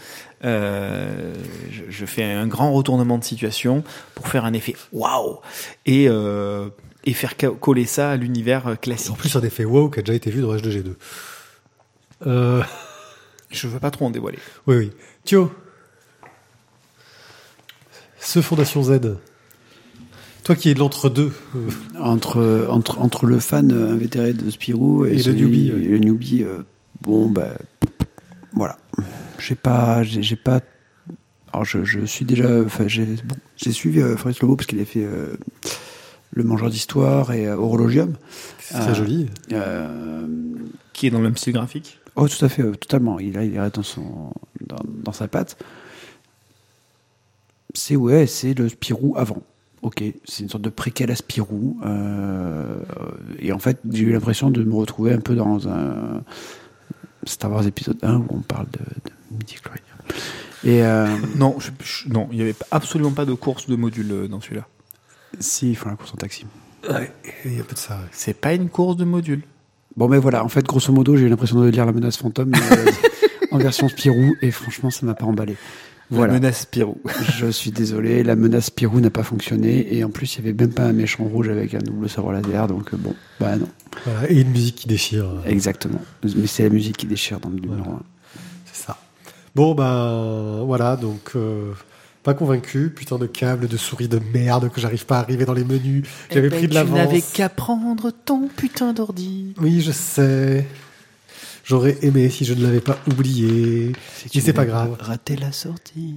Je fais un grand retournement de situation pour faire un effet waouh et faire coller ça à l'univers classique. En plus, un effet wow qui a déjà été vu dans Rage de G2. Je veux pas trop en dévoiler. Oui. Thio, ce Fondation Z, toi qui es de l'entre-deux. Entre le fan invétéré de Spirou et le newbie. Le newbie, voilà. J'ai pas. Alors je suis déjà. Enfin, j'ai suivi Fabrice Lobo parce qu'il a fait Le Mangeur d'Histoire et Horologium. C'est très joli. Qui est dans le même style graphique. Oh, tout à fait, totalement. Il reste dans sa patte. C'est le Spirou avant. Ok, c'est une sorte de préquel à Spirou. Et en fait, j'ai eu l'impression de me retrouver un peu dans un Star Wars épisode 1 où on parle de midi-chloriens. Et non, il n'y avait absolument pas de course de module dans celui-là. Si, ils font la course en taxi. Ouais, il y a un peu de ça. Ouais. C'est pas une course de module. Bon, mais voilà, en fait, grosso modo, j'ai eu l'impression de lire La Menace Fantôme en version Spirou, et franchement, ça m'a pas emballé. Voilà. La menace Spirou. Je suis désolé, la menace Spirou n'a pas fonctionné, et en plus, il n'y avait même pas un méchant rouge avec un double sabre laser, donc bon, bah non. Voilà, et une musique qui déchire. Exactement. Mais c'est la musique qui déchire dans le numéro 1. C'est ça. Bon, ben, voilà, donc... pas convaincu, putain de câble, de souris de merde, que j'arrive pas à arriver dans les menus. J'avais pris de l'avance. Tu n'avais qu'à prendre ton putain d'ordi. Oui, je sais. J'aurais aimé si je ne l'avais pas oublié. Mais c'est pas grave. Raté la sortie.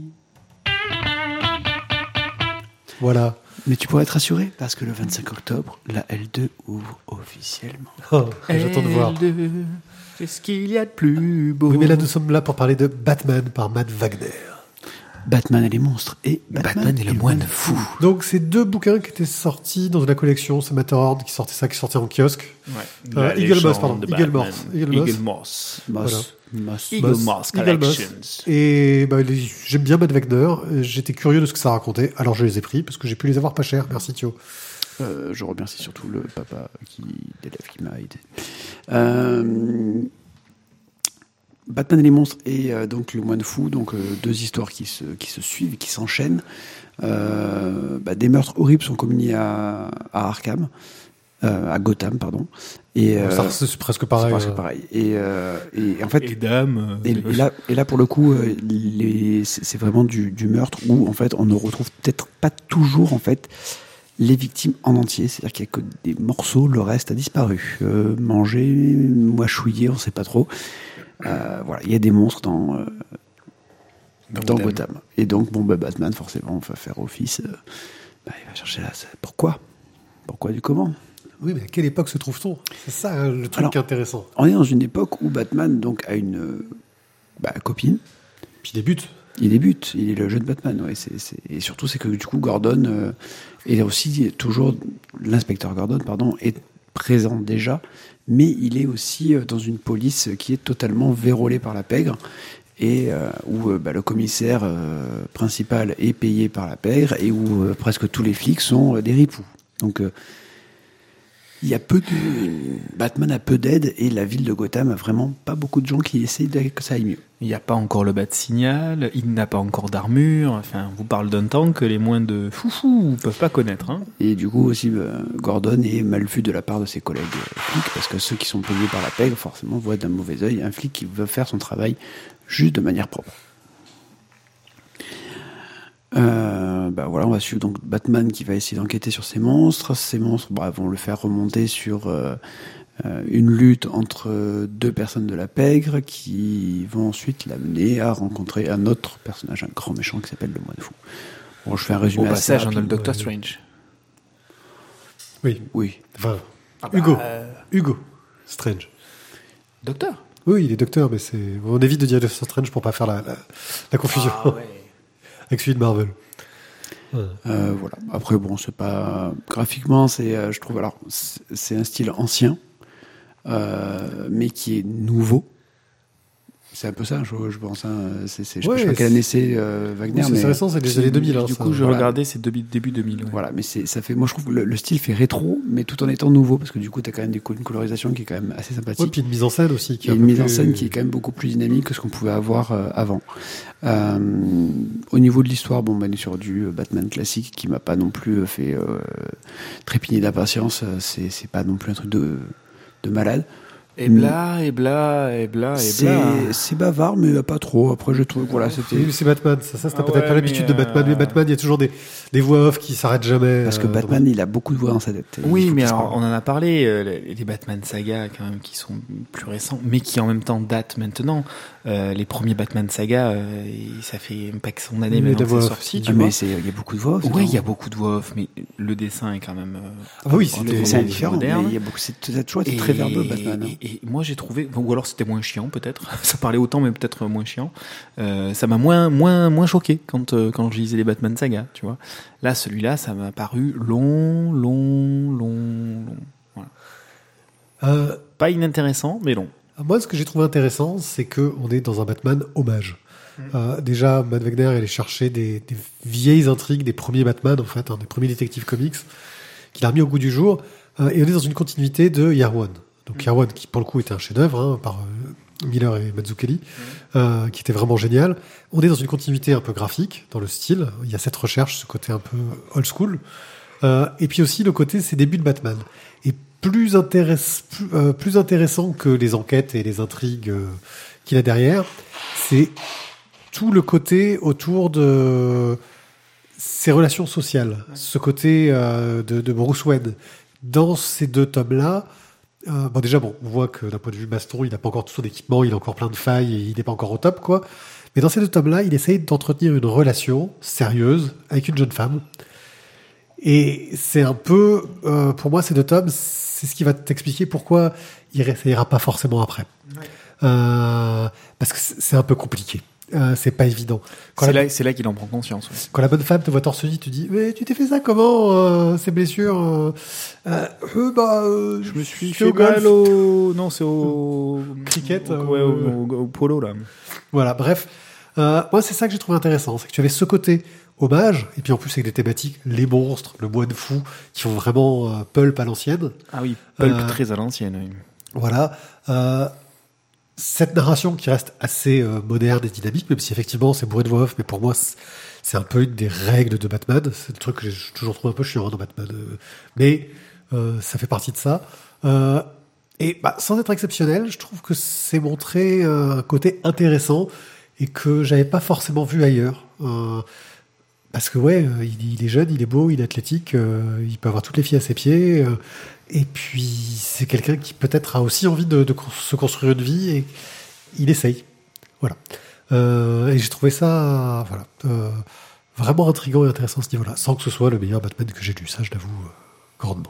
Voilà. Mais tu pourrais être rassuré, parce que le 25 octobre, la L2 ouvre officiellement. Oh, j'attends de voir. L2, qu'est-ce qu'il y a de plus beau? Oui, mais là, nous sommes là pour parler de Batman par Matt Wagner. Batman et les monstres et Batman et le moine fou. Donc, c'est 2 bouquins qui étaient sortis dans la collection, c'est Matterhorn qui sortait en kiosque. Ouais. Eagle Moss, pardon. Eagle Moss. Eagle Moss Collections. Et bah, j'aime bien Matt Wagner. J'étais curieux de ce que ça racontait. Alors, je les ai pris parce que j'ai pu les avoir pas cher. Merci, Thio. Je remercie surtout le papa d'élève qui m'a aidé. Batman et les monstres et donc le moine fou, donc 2 histoires qui se suivent, qui s'enchaînent. Des meurtres horribles sont commis à Arkham, à Gotham, pardon. Et c'est presque pareil. C'est presque pareil. Et en fait, et là pour le coup, c'est vraiment du meurtre où en fait on ne retrouve peut-être pas toujours en fait les victimes en entier, c'est-à-dire qu'il n'y a que des morceaux, le reste a disparu, mangé, mouachouillé, on ne sait pas trop. Voilà, il y a des monstres dans Gotham. Et donc, Batman, forcément, va faire office. Il va chercher là. Pourquoi du comment? Oui, mais à quelle époque se trouve-t-on? C'est ça le truc intéressant. On est dans une époque où Batman donc, a une copine. Puis il débute. Il est le jeune Batman. Ouais, et surtout, c'est que du coup, Gordon est aussi toujours. L'inspecteur Gordon, pardon, est présent déjà. Mais il est aussi dans une police qui est totalement vérolée par la pègre et où le commissaire principal est payé par la pègre et où presque tous les flics sont des ripoux. Donc il y a Batman a peu d'aide et la ville de Gotham a vraiment pas beaucoup de gens qui essayent que ça aille mieux. Il n'y a pas encore le Bat-Signal, il n'a pas encore d'armure, enfin, on vous parle d'un temps que les moins de foufou ne peuvent pas connaître. Hein. Et du coup aussi, Gordon est mal vu de la part de ses collègues flics, parce que ceux qui sont payés par la pègre, forcément, voient d'un mauvais œil un flic qui veut faire son travail juste de manière propre. Voilà, on va suivre donc Batman qui va essayer d'enquêter sur ces monstres. Ces monstres vont le faire remonter sur une lutte entre 2 personnes de la pègre qui vont ensuite l'amener à rencontrer un autre personnage, un grand méchant qui s'appelle le moine fou. Bon, je fais un résumé. Au passage, on a le rapide. Doctor Strange. Oui. Enfin, Hugo Strange. Docteur? Oui, il est docteur, mais on évite de dire Doctor Strange pour pas faire la confusion avec celui de Marvel. Voilà. Après, bon, c'est pas graphiquement, je trouve, alors, c'est un style ancien, mais qui est nouveau. C'est un peu ça, je pense. Hein. Je sais pas quelle année c'est Wagner, oui, c'est récent, c'est les années 2000. Du coup, je regardais, c'est début 2000. Ouais. Voilà, mais ça fait, moi je trouve que le style fait rétro, mais tout en étant nouveau, parce que du coup, t'as quand même une colorisation qui est quand même assez sympathique. Ouais, puis une mise en scène aussi. Une mise en scène qui est quand même beaucoup plus dynamique que ce qu'on pouvait avoir avant. Au niveau de l'histoire, bon, on est sur du Batman classique qui m'a pas non plus fait trépigner d'impatience. C'est pas non plus un truc de malade. Et bla. C'est bavard, mais pas trop. Après, je trouve, voilà, c'était. C'est Batman, ça c'était peut-être pas l'habitude de Batman. Mais Batman, il y a toujours des voix off qui s'arrêtent jamais. Parce que Batman, il a beaucoup de voix dans sa tête. Oui, mais alors, on en a parlé, les Batman saga, quand même, qui sont plus récents, mais qui en même temps datent maintenant. Les premiers Batman saga, ça fait pas que son année maintenant que c'est sorti, tu vois. Mais il y a beaucoup de voix off. Oui, il y a beaucoup de voix off, mais le dessin est quand même. Oui, c'est différent. Moderne. Il y a beaucoup, c'est toujours été très verbeux, Batman. Et moi, j'ai trouvé, ou alors c'était moins chiant, peut-être. Ça parlait autant, mais peut-être moins chiant. Ça m'a moins choqué quand je lisais les Batman saga, tu vois. Là, celui-là, ça m'a paru long. Voilà. Pas inintéressant, mais long. Moi, ce que j'ai trouvé intéressant, c'est qu'on est dans un Batman hommage. Déjà, Matt Wagner est allé chercher des vieilles intrigues des premiers Batman, en fait, des premiers détectives comics, qu'il a remis au goût du jour. Et on est dans une continuité de Year One. Donc Year One, qui pour le coup était un chef-d'œuvre par Miller et Mazzucchelli, qui était vraiment génial. On est dans une continuité un peu graphique, dans le style. Il y a cette recherche, ce côté un peu old school. Et puis aussi le côté, ses débuts de Batman. Et plus intéressant que les enquêtes et les intrigues qu'il a derrière, c'est tout le côté autour de ses relations sociales, ce côté de Bruce Wayne. Dans ces deux tomes-là, on voit que d'un point de vue baston, il n'a pas encore tout son équipement, il a encore plein de failles et il n'est pas encore au top, quoi. Mais dans ces deux tomes-là, il essaye d'entretenir une relation sérieuse avec une jeune femme. Et c'est un peu, pour moi, ces deux tomes, c'est ce qui va t'expliquer pourquoi il réessayera pas forcément après. Ouais. Parce que c'est un peu compliqué. C'est pas évident. C'est là qu'il en prend conscience. Ouais. Quand la bonne femme te voit torse nu, tu dis, mais tu t'es fait ça comment, ces blessures je me suis fait mal non, c'est au cricket, au polo là. Voilà, bref. Moi, c'est ça que j'ai trouvé intéressant, c'est que tu avais ce côté hommage, et puis en plus avec des thématiques, les monstres, le moine fou, qui font vraiment pulp à l'ancienne. Ah oui, pulp très à l'ancienne. Oui. Voilà. Cette narration qui reste assez moderne et dynamique, même si effectivement c'est bourré de voix off, mais pour moi c'est un peu une des règles de Batman. C'est le truc que j'ai toujours trouvé un peu chiant dans Batman. Mais ça fait partie de ça. Et sans être exceptionnel, je trouve que c'est montré un côté intéressant et que j'avais pas forcément vu ailleurs. Parce que il est jeune, il est beau, il est athlétique, il peut avoir toutes les filles à ses pieds, et puis c'est quelqu'un qui peut-être a aussi envie de se construire une vie, et il essaye. Voilà. Et j'ai trouvé ça vraiment intriguant et intéressant à ce niveau-là, sans que ce soit le meilleur Batman que j'ai lu, ça je l'avoue grandement.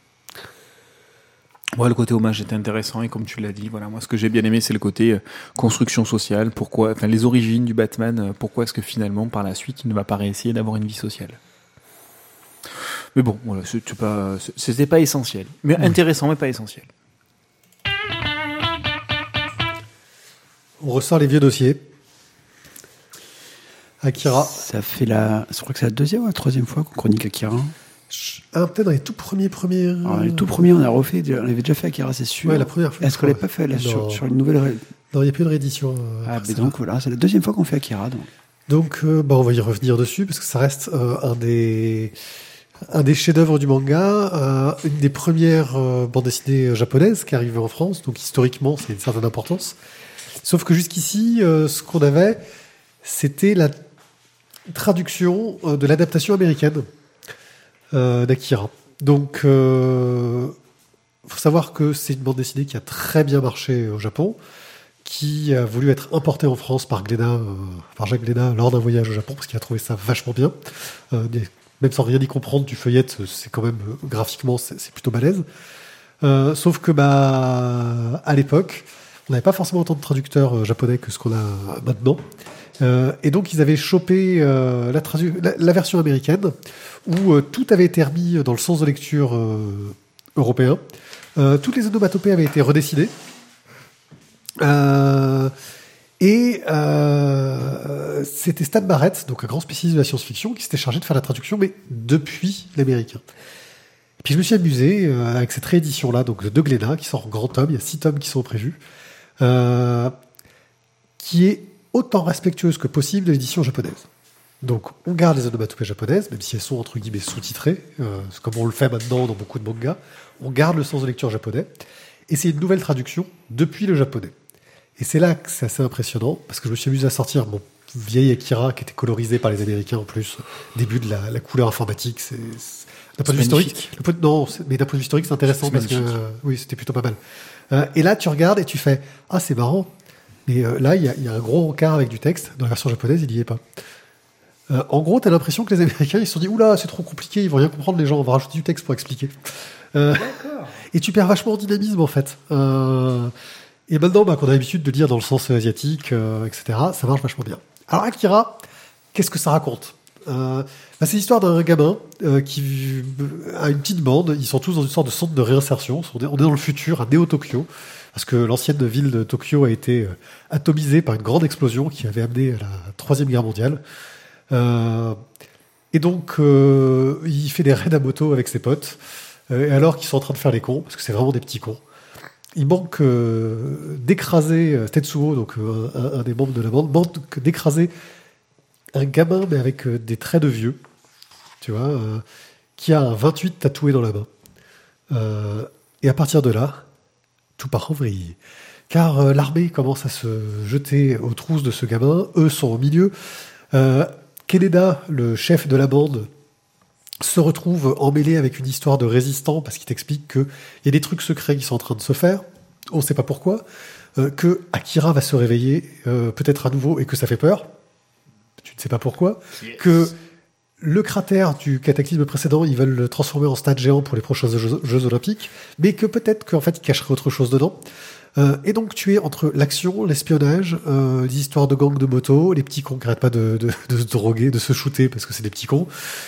Ouais, le côté hommage était intéressant et comme tu l'as dit, voilà, moi ce que j'ai bien aimé c'est le côté construction sociale, les origines du Batman, pourquoi est-ce que finalement par la suite il ne va pas réessayer d'avoir une vie sociale. Mais bon, voilà, c'était pas essentiel, mais intéressant mais pas essentiel. On ressort les vieux dossiers. Akira. Ça fait je crois que c'est la deuxième ou la troisième fois qu'on chronique Akira. Peut-être dans les tout premiers. Alors, les tout premiers, on avait déjà fait Akira, c'est sûr. Ouais, la première fois. Est-ce qu'on l'a pas fait sur une nouvelle Non, il n'y a plus de réédition. Mais donc voilà, c'est la deuxième fois qu'on fait Akira. Donc on va y revenir dessus parce que ça reste un des chefs-d'œuvre du manga, une des premières bandes dessinées japonaises qui arrivait en France. Donc historiquement, c'est une certaine importance. Sauf que jusqu'ici, ce qu'on avait, c'était la traduction de l'adaptation américaine. D'Akira. Donc, faut savoir que c'est une bande dessinée qui a très bien marché au Japon, qui a voulu être importée en France par Jacques Glénat lors d'un voyage au Japon, parce qu'il a trouvé ça vachement bien. Même sans rien y comprendre, tu feuillettes, c'est quand même, graphiquement, c'est plutôt balèze. Sauf que, à l'époque, on n'avait pas forcément autant de traducteurs japonais que ce qu'on a maintenant. Et donc ils avaient chopé la version américaine où tout avait été remis dans le sens de lecture européen. Toutes les onomatopées avaient été redessinées. C'était Stan Barrett, donc un grand spécialiste de la science-fiction, qui s'était chargé de faire la traduction, mais depuis l'américain. Et puis je me suis amusé avec cette réédition-là, donc de Glénat, qui sort en grand tome, il y a 6 tomes qui sont prévus, qui est autant respectueuse que possible de l'édition japonaise. Donc on garde les onomatopées japonaises, même si elles sont entre guillemets sous-titrées, comme on le fait maintenant dans beaucoup de mangas, on garde le sens de lecture japonais, et c'est une nouvelle traduction depuis le japonais. Et c'est là que c'est assez impressionnant, parce que je me suis amusé à sortir mon vieil Akira, qui était colorisé par les Américains en plus, début de la couleur informatique, d'un point de vue historique. Mais d'un point de vue historique, c'est intéressant, parce que oui, c'était plutôt pas mal. Et là, tu regardes et tu fais, ah, c'est marrant, mais là, il y a un gros encart avec du texte, dans la version japonaise, il n'y est pas. En gros, t'as l'impression que les Américains, ils se sont dit, oula, c'est trop compliqué, ils vont rien comprendre, les gens, on va rajouter du texte pour expliquer. Et tu perds vachement en dynamisme, en fait. Et maintenant, qu'on a l'habitude de lire dans le sens asiatique, etc., ça marche vachement bien. Alors, Akira, qu'est-ce que ça raconte? C'est l'histoire d'un gamin qui a une petite bande. Ils sont tous dans une sorte de centre de réinsertion. On est dans le futur, à Néo-Tokyo, parce que l'ancienne ville de Tokyo a été atomisée par une grande explosion qui avait amené à la Troisième Guerre mondiale. Et donc, il fait des raids à moto avec ses potes, et alors qu'ils sont en train de faire les cons, parce que c'est vraiment des petits cons. Il manque d'écraser Tetsuo, donc un des membres de la bande, manque d'écraser un gamin, mais avec des traits de vieux, tu vois, qui a un 28 tatoué dans la main. Et à partir de là, tout part en vrille. Car l'armée commence à se jeter aux trousses de ce gamin, eux sont au milieu. Keneda, le chef de la bande, se retrouve emmêlé avec une histoire de résistant parce qu'il t'explique qu'il y a des trucs secrets qui sont en train de se faire, on ne sait pas pourquoi, que Akira va se réveiller peut-être à nouveau et que ça fait peur, tu ne sais pas pourquoi, que le cratère du cataclysme précédent, ils veulent le transformer en stade géant pour les prochains Jeux Olympiques, mais que peut-être qu'en fait il cacherait autre chose dedans. Et donc tu es entre l'action, l'espionnage, les histoires de gangs de moto, les petits cons qui n'arrêtent pas de se droguer, de se shooter parce que c'est des petits cons,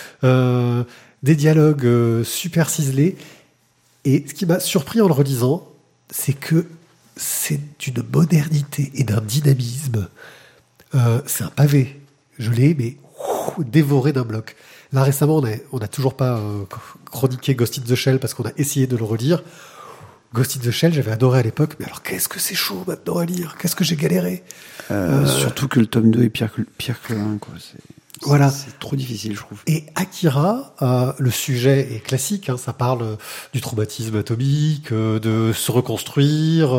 des dialogues super ciselés. Et ce qui m'a surpris en le relisant, c'est que c'est d'une modernité et d'un dynamisme. C'est un pavé. Je l'ai, mais dévoré d'un bloc. Là récemment, on a toujours pas chroniqué Ghost in the Shell parce qu'on a essayé de le relire. Ghost in the Shell, j'avais adoré à l'époque, mais alors qu'est-ce que c'est chaud maintenant à lire? Qu'est-ce que j'ai galéré? Surtout que le tome 2 est pire que le 1, quoi. Voilà. C'est trop difficile, je trouve. Et Akira, le sujet est classique, hein, ça parle du traumatisme atomique, de se reconstruire,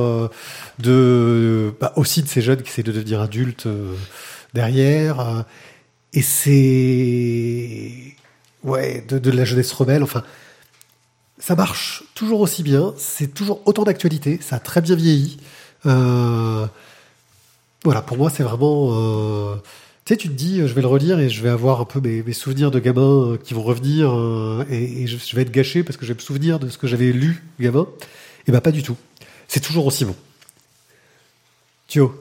aussi de ces jeunes qui essaient de devenir adultes derrière, et c'est de la jeunesse rebelle, enfin. Ça marche toujours aussi bien, c'est toujours autant d'actualité, ça a très bien vieilli. Voilà, pour moi, c'est vraiment... tu sais, tu te dis, je vais le relire et je vais avoir un peu mes souvenirs de gamin qui vont revenir et je vais être gâché parce que je vais me souvenir de ce que j'avais lu, gamin. Et pas du tout. C'est toujours aussi bon. Thio.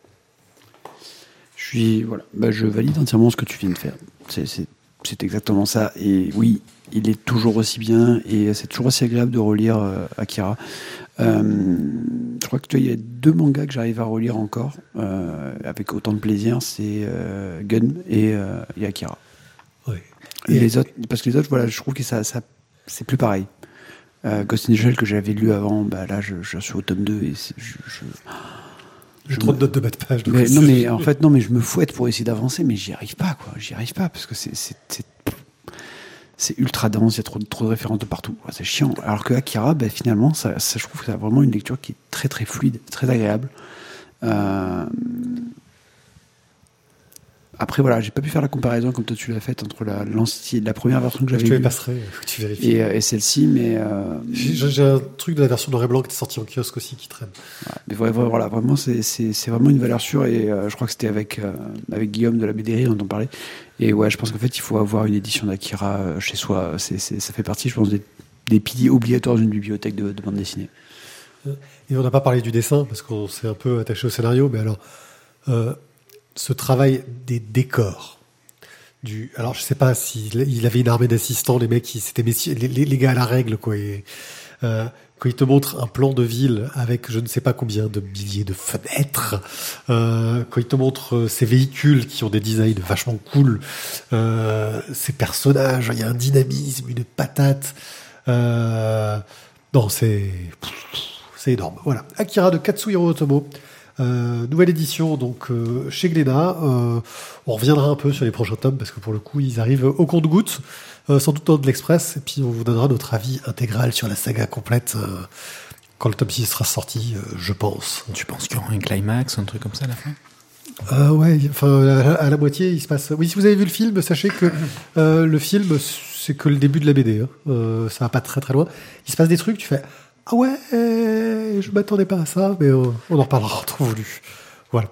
Je valide entièrement ce que tu viens de faire. C'est exactement ça. Et oui, il est toujours aussi bien et c'est toujours aussi agréable de relire Akira. Je crois que il y a 2 mangas que j'arrive à relire encore avec autant de plaisir, c'est Gun et Akira. Oui. Et les autres, parce que les autres, voilà, je trouve que ça c'est plus pareil. Ghost in the Shell que j'avais lu avant, là je suis au tome 2 et j'ai trop de notes de bas de page. Mais je me fouette pour essayer d'avancer, mais j'y arrive pas, parce que c'est ultra dense, il y a trop de références de partout. C'est chiant. Alors que Akira, finalement, ça, je trouve que c'est vraiment une lecture qui est très très fluide, très agréable. Après, voilà, j'ai pas pu faire la comparaison comme toi tu l'as faite entre la première version que j'avais lue. Tu vérifies. Et celle-ci, mais... J'ai un truc de la version noir et blanc qui est sorti en kiosque aussi qui traîne. Mais voilà, vraiment, c'est vraiment une valeur sûre et je crois que c'était avec Guillaume de la BDR dont on parlait. Et ouais, je pense qu'en fait, il faut avoir une édition d'Akira chez soi. Ça fait partie, je pense, des piliers obligatoires d'une bibliothèque de bande dessinée. Et on n'a pas parlé du dessin parce qu'on s'est un peu attaché au scénario, mais alors... ce travail des décors. Alors, je sais pas s'il avait une armée d'assistants, les mecs, c'était les gars à la règle, quoi. Et, quand il te montre un plan de ville avec je ne sais pas combien de milliers de fenêtres, quand il te montre ces véhicules qui ont des designs vachement cool, ces personnages, il y a un dynamisme, une patate. Non, c'est énorme. Voilà. Akira de Katsuhiro Otomo. Nouvelle édition donc chez Glénat. On reviendra un peu sur les prochains tomes parce que pour le coup ils arrivent au compte-gouttes, sans doute dans de l'Express, et puis on vous donnera notre avis intégral sur la saga complète quand le tome 6 sera sorti, je pense. Tu penses qu'il y aura un climax, un truc comme ça à la fin? Ouais, enfin à la moitié il se passe. Oui, si vous avez vu le film, sachez que le film c'est que le début de la BD. Ça va pas très très loin. Il se passe des trucs, tu fais ah ouais, je m'attendais pas à ça, mais on en reparlera en temps voulu. Voilà.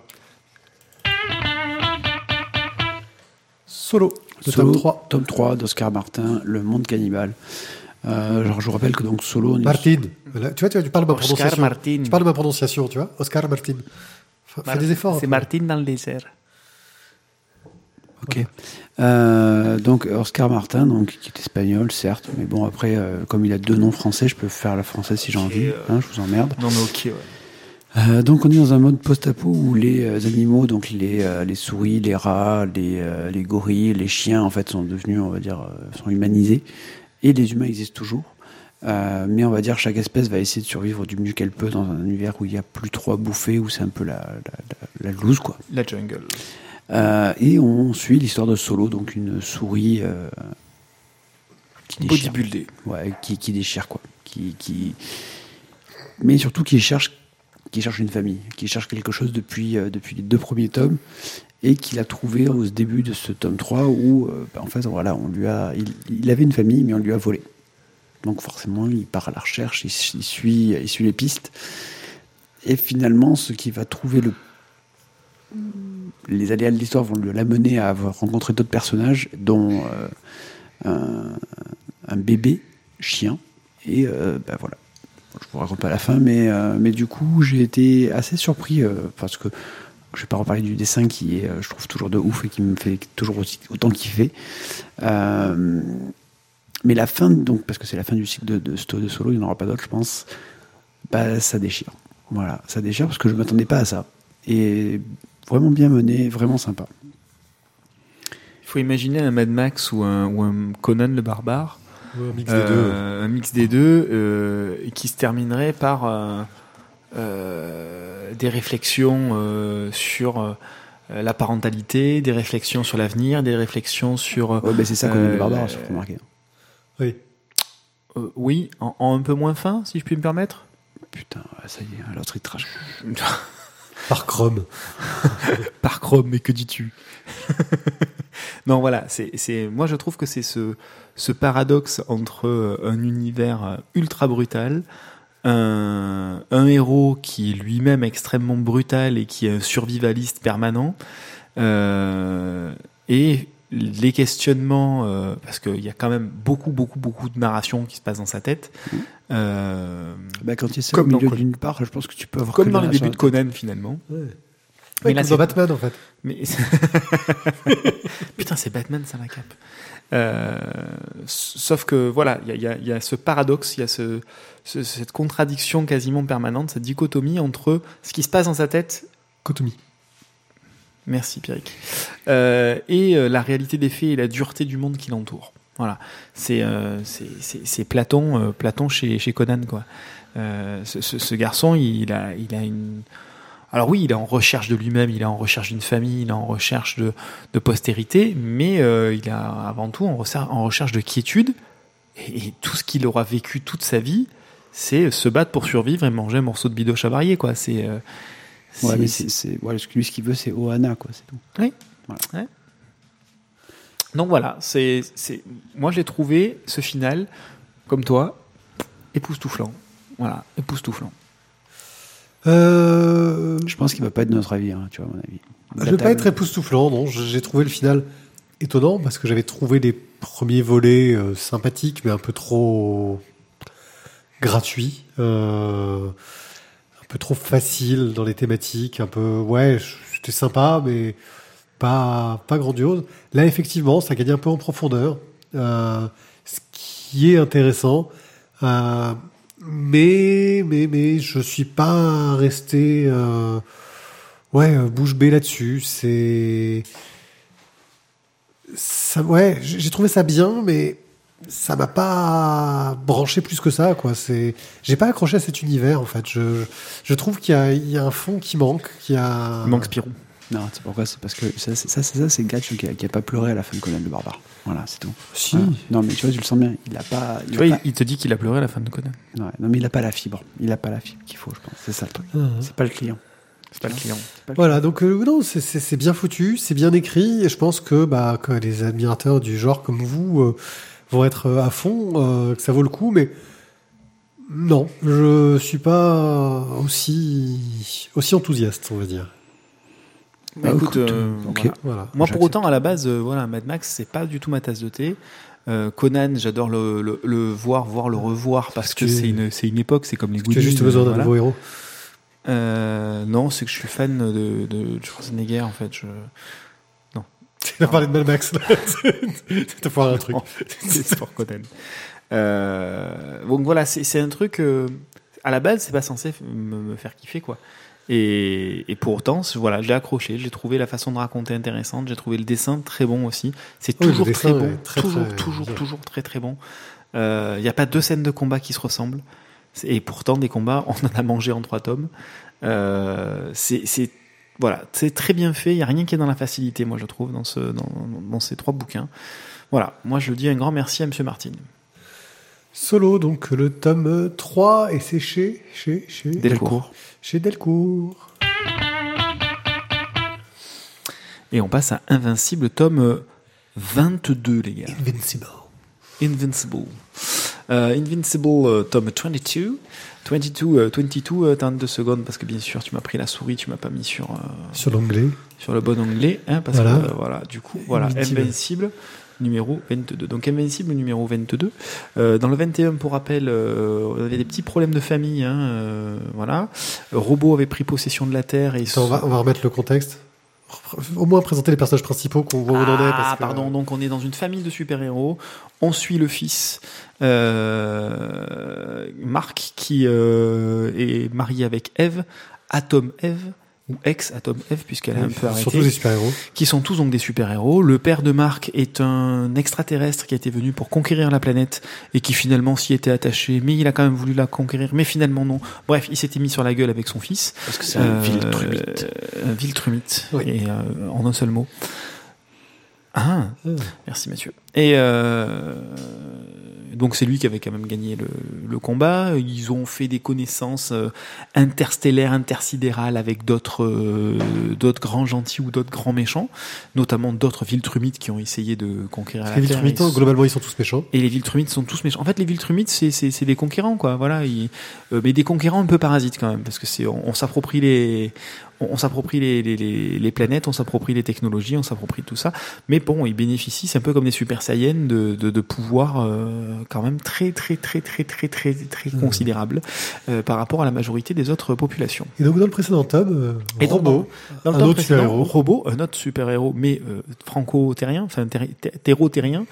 Solo, tome 3 d'Oscar Martin, Le Monde Cannibale. Je vous rappelle que donc Solo... Martin. Tu vois, tu parles de ma prononciation. Oscar Martin. Tu parles de ma prononciation, tu vois. Oscar Martin. Fais des efforts. C'est Martin dans le désert. Ok. Donc Oscar Martin, donc, qui est espagnol, certes, mais bon, après, comme il a 2 noms français, je peux faire la française si j'ai envie. Je vous emmerde. Non, mais ok, ouais. Donc on est dans un mode post-apo où les animaux, donc les souris, les rats, les gorilles, les chiens, en fait, sont devenus, on va dire, sont humanisés. Et les humains existent toujours. Mais on va dire chaque espèce va essayer de survivre du mieux qu'elle peut dans un univers où il n'y a plus trop à bouffer, où c'est un peu la loose, quoi. La jungle. Et on suit l'histoire de Solo, donc une souris qui déchire. Bodybuildé. Ouais, qui déchire, quoi. Mais surtout qui cherche une famille, qui cherche quelque chose depuis les 2 premiers tomes, et qu'il a trouvé au début de ce tome 3 où, en fait, voilà, il avait une famille, mais on lui a volé. Donc forcément, il part à la recherche, il suit les pistes, et finalement, ce qui va trouver les aléas de l'histoire vont l'amener à rencontrer d'autres personnages, dont un bébé chien, et voilà. Je vous raconte pas la fin, mais du coup, j'ai été assez surpris, parce que je vais pas reparler du dessin qui est, je trouve, toujours de ouf et qui me fait toujours autant kiffer. Mais la fin, donc, parce que c'est la fin du cycle de Solo, il n'y en aura pas d'autre, je pense, ça déchire. Voilà, ça déchire parce que je m'attendais pas à ça. Et vraiment bien mené, vraiment sympa. Il faut imaginer un Mad Max ou un Conan le Barbare. Un mix des deux, qui se terminerait par des réflexions sur la parentalité, des réflexions sur l'avenir, des réflexions sur... c'est ça Conan le Barbare, si vous remarquez. Oui. Oui, en un peu moins fin, si je puis me permettre. Putain, ça y est, l'autre il trash. Par Chrome. Par Chrome, mais que dis-tu? Non, voilà, moi je trouve que c'est ce paradoxe entre un univers ultra brutal, un héros qui est lui-même extrêmement brutal et qui est un survivaliste permanent, et les questionnements, parce qu'il y a quand même beaucoup de narration qui se passe dans sa tête. Quand il est au milieu d'une part, je pense que tu peux avoir... Comme dans les débuts de Conan, finalement. Ouais. Mais là, c'est Batman, en fait. Mais... Putain, c'est Batman, ça ma cape. Sauf que, voilà, il y a ce paradoxe, il y a cette contradiction quasiment permanente, cette dichotomie entre ce qui se passe dans sa tête... Cotomie. Merci, Pierrick. Et la réalité des faits et la dureté du monde qui l'entoure. Voilà. C'est Platon chez Conan, quoi. Ce garçon, il a une... Alors oui, il est en recherche de lui-même, il est en recherche d'une famille, il est en recherche de postérité, mais il est avant tout en recherche de quiétude. Et tout ce qu'il aura vécu toute sa vie, c'est se battre pour survivre et manger un morceau de bidoche avarié, quoi. Mais lui, ce qu'il veut, c'est Ohana, quoi, c'est tout. Oui. Voilà. Ouais. Donc voilà, moi j'ai trouvé ce final, comme toi, époustouflant. Voilà, époustouflant. Je pense qu'il va pas être de notre avis, tu vois, à mon avis. Je vais pas être époustouflant, non. J'ai trouvé le final étonnant parce que j'avais trouvé les premiers volets sympathiques, mais un peu trop gratuits, un peu trop faciles dans les thématiques, un peu, c'était sympa, mais pas grandiose. Là, effectivement, ça gagne un peu en profondeur, ce qui est intéressant. Mais je suis pas resté bouche bée là-dessus. J'ai trouvé ça bien, mais ça m'a pas branché plus que ça, quoi. J'ai pas accroché à cet univers, en fait. Je trouve qu'il y a un fond qui manque, Il manque Spirou. Non, c'est pourquoi? C'est parce que c'est Gatch qui a pas pleuré à la fin de Conan le Barbare. Voilà, c'est tout. Si. Non, mais tu vois, tu le sens bien. Il a pas. Il te dit qu'il a pleuré à la fin de Conan. Ouais, non, mais il a pas la fibre. Il a pas la fibre qu'il faut, je pense. C'est ça le truc. C'est pas le client. C'est pas le client. Voilà, donc non, c'est bien foutu, c'est bien écrit, et je pense que les admirateurs du genre comme vous vont être à fond, que ça vaut le coup, mais non, je suis pas aussi enthousiaste, on va dire. Écoute, ok. Voilà. Moi, pour autant, à la base, Mad Max, c'est pas du tout ma tasse de thé. Conan, j'adore le voir le revoir parce que c'est une époque, c'est comme les Goonies. Tu as juste besoin d'un nouveau héros. Non, c'est que je suis fan de Schwarzenegger, en fait. Non. Tu vas parler de Mad Max. T'as foiré un truc. C'est pour Conan. Donc voilà, c'est un truc. À la base, c'est pas censé me faire kiffer, quoi. Et pour autant, voilà, j'ai accroché. J'ai trouvé la façon de raconter intéressante. J'ai trouvé le dessin très bon aussi. C'est toujours très bon, toujours très très bon. Il y a pas 2 scènes de combat qui se ressemblent. Et pourtant, des combats, on en a mangé en 3 tomes. C'est très bien fait. Il y a rien qui est dans la facilité, moi je trouve, dans ces 3 bouquins. Voilà, moi je dis un grand merci à Monsieur Martin. Solo, donc le tome 3, et c'est chez Delcourt. Chez Delcourt. Et on passe à Invincible, tome 22, les gars. Invincible, tome 22. 22, attends 2 secondes, parce que bien sûr, tu m'as pris la souris, tu m'as pas mis sur l'onglet. Sur le bon onglet, hein, parce que voilà, du coup, voilà, Invincible. Numéro 22. Donc Invincible numéro 22. Dans le 21, pour rappel, on avait des petits problèmes de famille. Voilà. Robot avait pris possession de la Terre. Et on va remettre le contexte. Au moins présenter les personnages principaux qu'on voit où on en est. Parce que... pardon. Donc on est dans une famille de super-héros. On suit le fils Marc qui est marié avec Eve, Atom Eve. Ou ex-Atom Eve, puisqu'elle a un peu arrêté. Surtout des super-héros. Qui sont tous donc des super-héros. Le père de Marc est un extraterrestre qui a été venu pour conquérir la planète et qui finalement s'y était attaché, mais il a quand même voulu la conquérir, mais finalement non. Bref, il s'était mis sur la gueule avec son fils. Parce que c'est un Viltrumite. Un Viltrumite, oui. Et en un seul mot. Merci Mathieu. Et donc c'est lui qui avait quand même gagné le combat. Ils ont fait des connaissances interstellaires, intersidérales avec d'autres grands gentils ou d'autres grands méchants, notamment d'autres Viltrumites qui ont essayé de conquérir la Terre. Les Viltrumites, globalement, ils sont tous méchants. Et les Viltrumites sont tous méchants. En fait, les Viltrumites, c'est des conquérants, quoi. Voilà, mais des conquérants un peu parasites quand même, parce que on s'approprie les planètes, on s'approprie les technologies, on s'approprie tout ça. Mais bon, ils bénéficient, c'est un peu comme des Super Saiyans, de pouvoirs quand même très considérables par rapport à la majorité des autres populations. Et donc dans le précédent tome, Robot, dans le tome précédent, Robot, un autre super-héros, mais franco-terrien, enfin terro-terrien,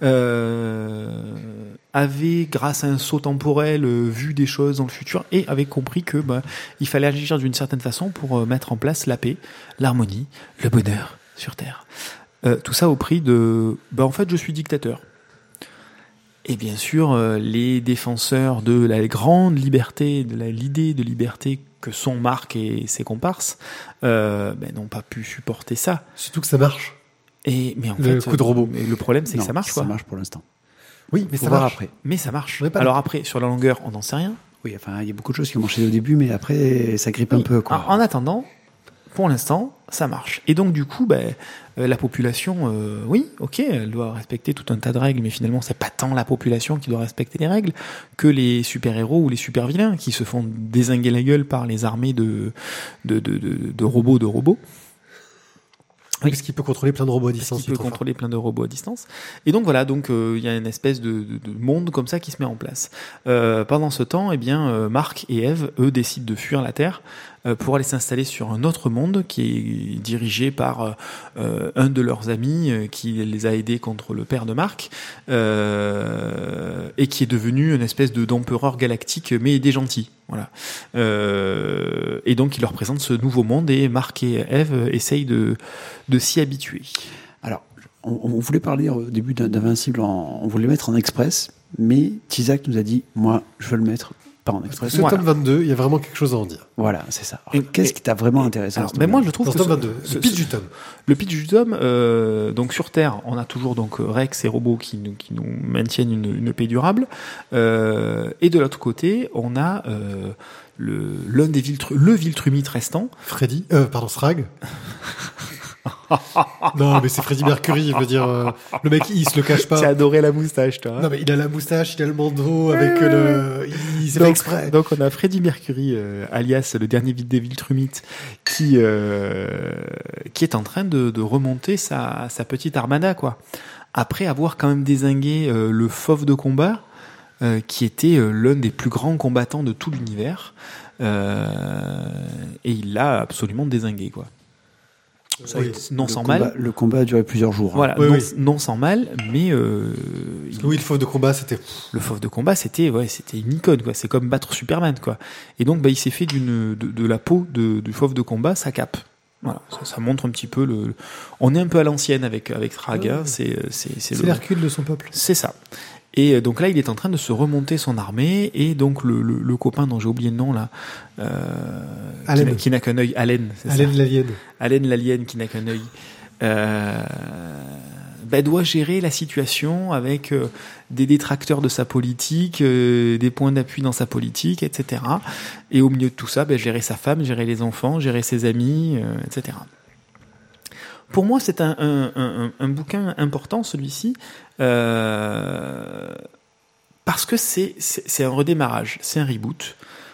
avait, grâce à un saut temporel, vu des choses dans le futur et avait compris que il fallait agir d'une certaine façon pour mettre en place la paix, l'harmonie, le bonheur sur Terre. Tout ça au prix de en fait je suis dictateur. Et bien sûr les défenseurs de la grande liberté, de l'idée de liberté que sont Marc et ses comparses n'ont pas pu supporter ça. Surtout que ça marche. Mais en le fait coup de robot. Mais le problème c'est que ça marche, quoi. Ça marche pour l'instant. Oui, mais ça marche après. Mais ça marche. Alors après, sur la longueur, on n'en sait rien. Oui, enfin, il y a beaucoup de choses qui ont marché au début, mais après, ça grippe un peu, quoi. En attendant, pour l'instant, ça marche. Et donc, du coup, la population, oui, ok, elle doit respecter tout un tas de règles, mais finalement, c'est pas tant la population qui doit respecter les règles que les super-héros ou les super-vilains qui se font dézinguer la gueule par les armées de robots. Oui. Parce qu'il peut contrôler plein de robots à distance. Et donc voilà, il y a une espèce de monde comme ça qui se met en place. Pendant ce temps, Marc et Eve, eux, décident de fuir la Terre pour aller s'installer sur un autre monde qui est dirigé par un de leurs amis qui les a aidés contre le père de Mark, et qui est devenu une espèce d'empereur galactique, mais des gentils. Voilà. Et donc il leur présente ce nouveau monde et Mark et Eve essayent de s'y habituer. Alors, on voulait parler au début d'Invincible, on voulait le mettre en express, mais Tizak nous a dit, moi, je veux le mettre pas en express. Ce tome 22, il y a vraiment quelque chose à en dire. Voilà, c'est ça. Qu'est-ce qui t'a vraiment intéressé? Mais moi, je trouve dans que tome 22, le pitch du tome. Le pitch du tome, donc sur Terre, on a toujours donc Rex et robots qui nous maintiennent une paix durable, et de l'autre côté, on a le Viltrumite restant, Srag. Non, mais c'est Freddie Mercury, je veux dire, le mec, il se le cache pas. T'as adoré la moustache, toi. Hein. Non, mais il a la moustache, il a le bandeau avec il s'est fait exprès. Donc on a Freddie Mercury, alias le dernier des Viltrumites, qui est en train de remonter sa petite armada, quoi. Après avoir quand même dézingué le fauve de combat, qui était l'un des plus grands combattants de tout l'univers, et il l'a absolument dézingué, quoi. Ça, oui, non sans mal. Le combat a duré plusieurs jours. Voilà, oui, non sans mal, mais oui, le fauve de combat, c'était. Le fauve de combat, c'était une icône, quoi. C'est comme battre Superman, quoi. Et donc, il s'est fait de la peau du fauve de combat sa cape. Voilà, ça montre un petit peu On est un peu à l'ancienne avec Thrag. Hein. C'est l'Hercule de son peuple. C'est ça. Et donc là, il est en train de se remonter son armée, et donc le copain dont j'ai oublié le nom là, qui n'a qu'un œil, Allen, c'est Allen ça. l'alien. Allen l'alien qui n'a qu'un œil, doit gérer la situation avec des détracteurs de sa politique, des points d'appui dans sa politique, etc. Et au milieu de tout ça, gérer sa femme, gérer les enfants, gérer ses amis, etc. Pour moi, c'est un bouquin important, celui-ci, parce que c'est un redémarrage, c'est un reboot.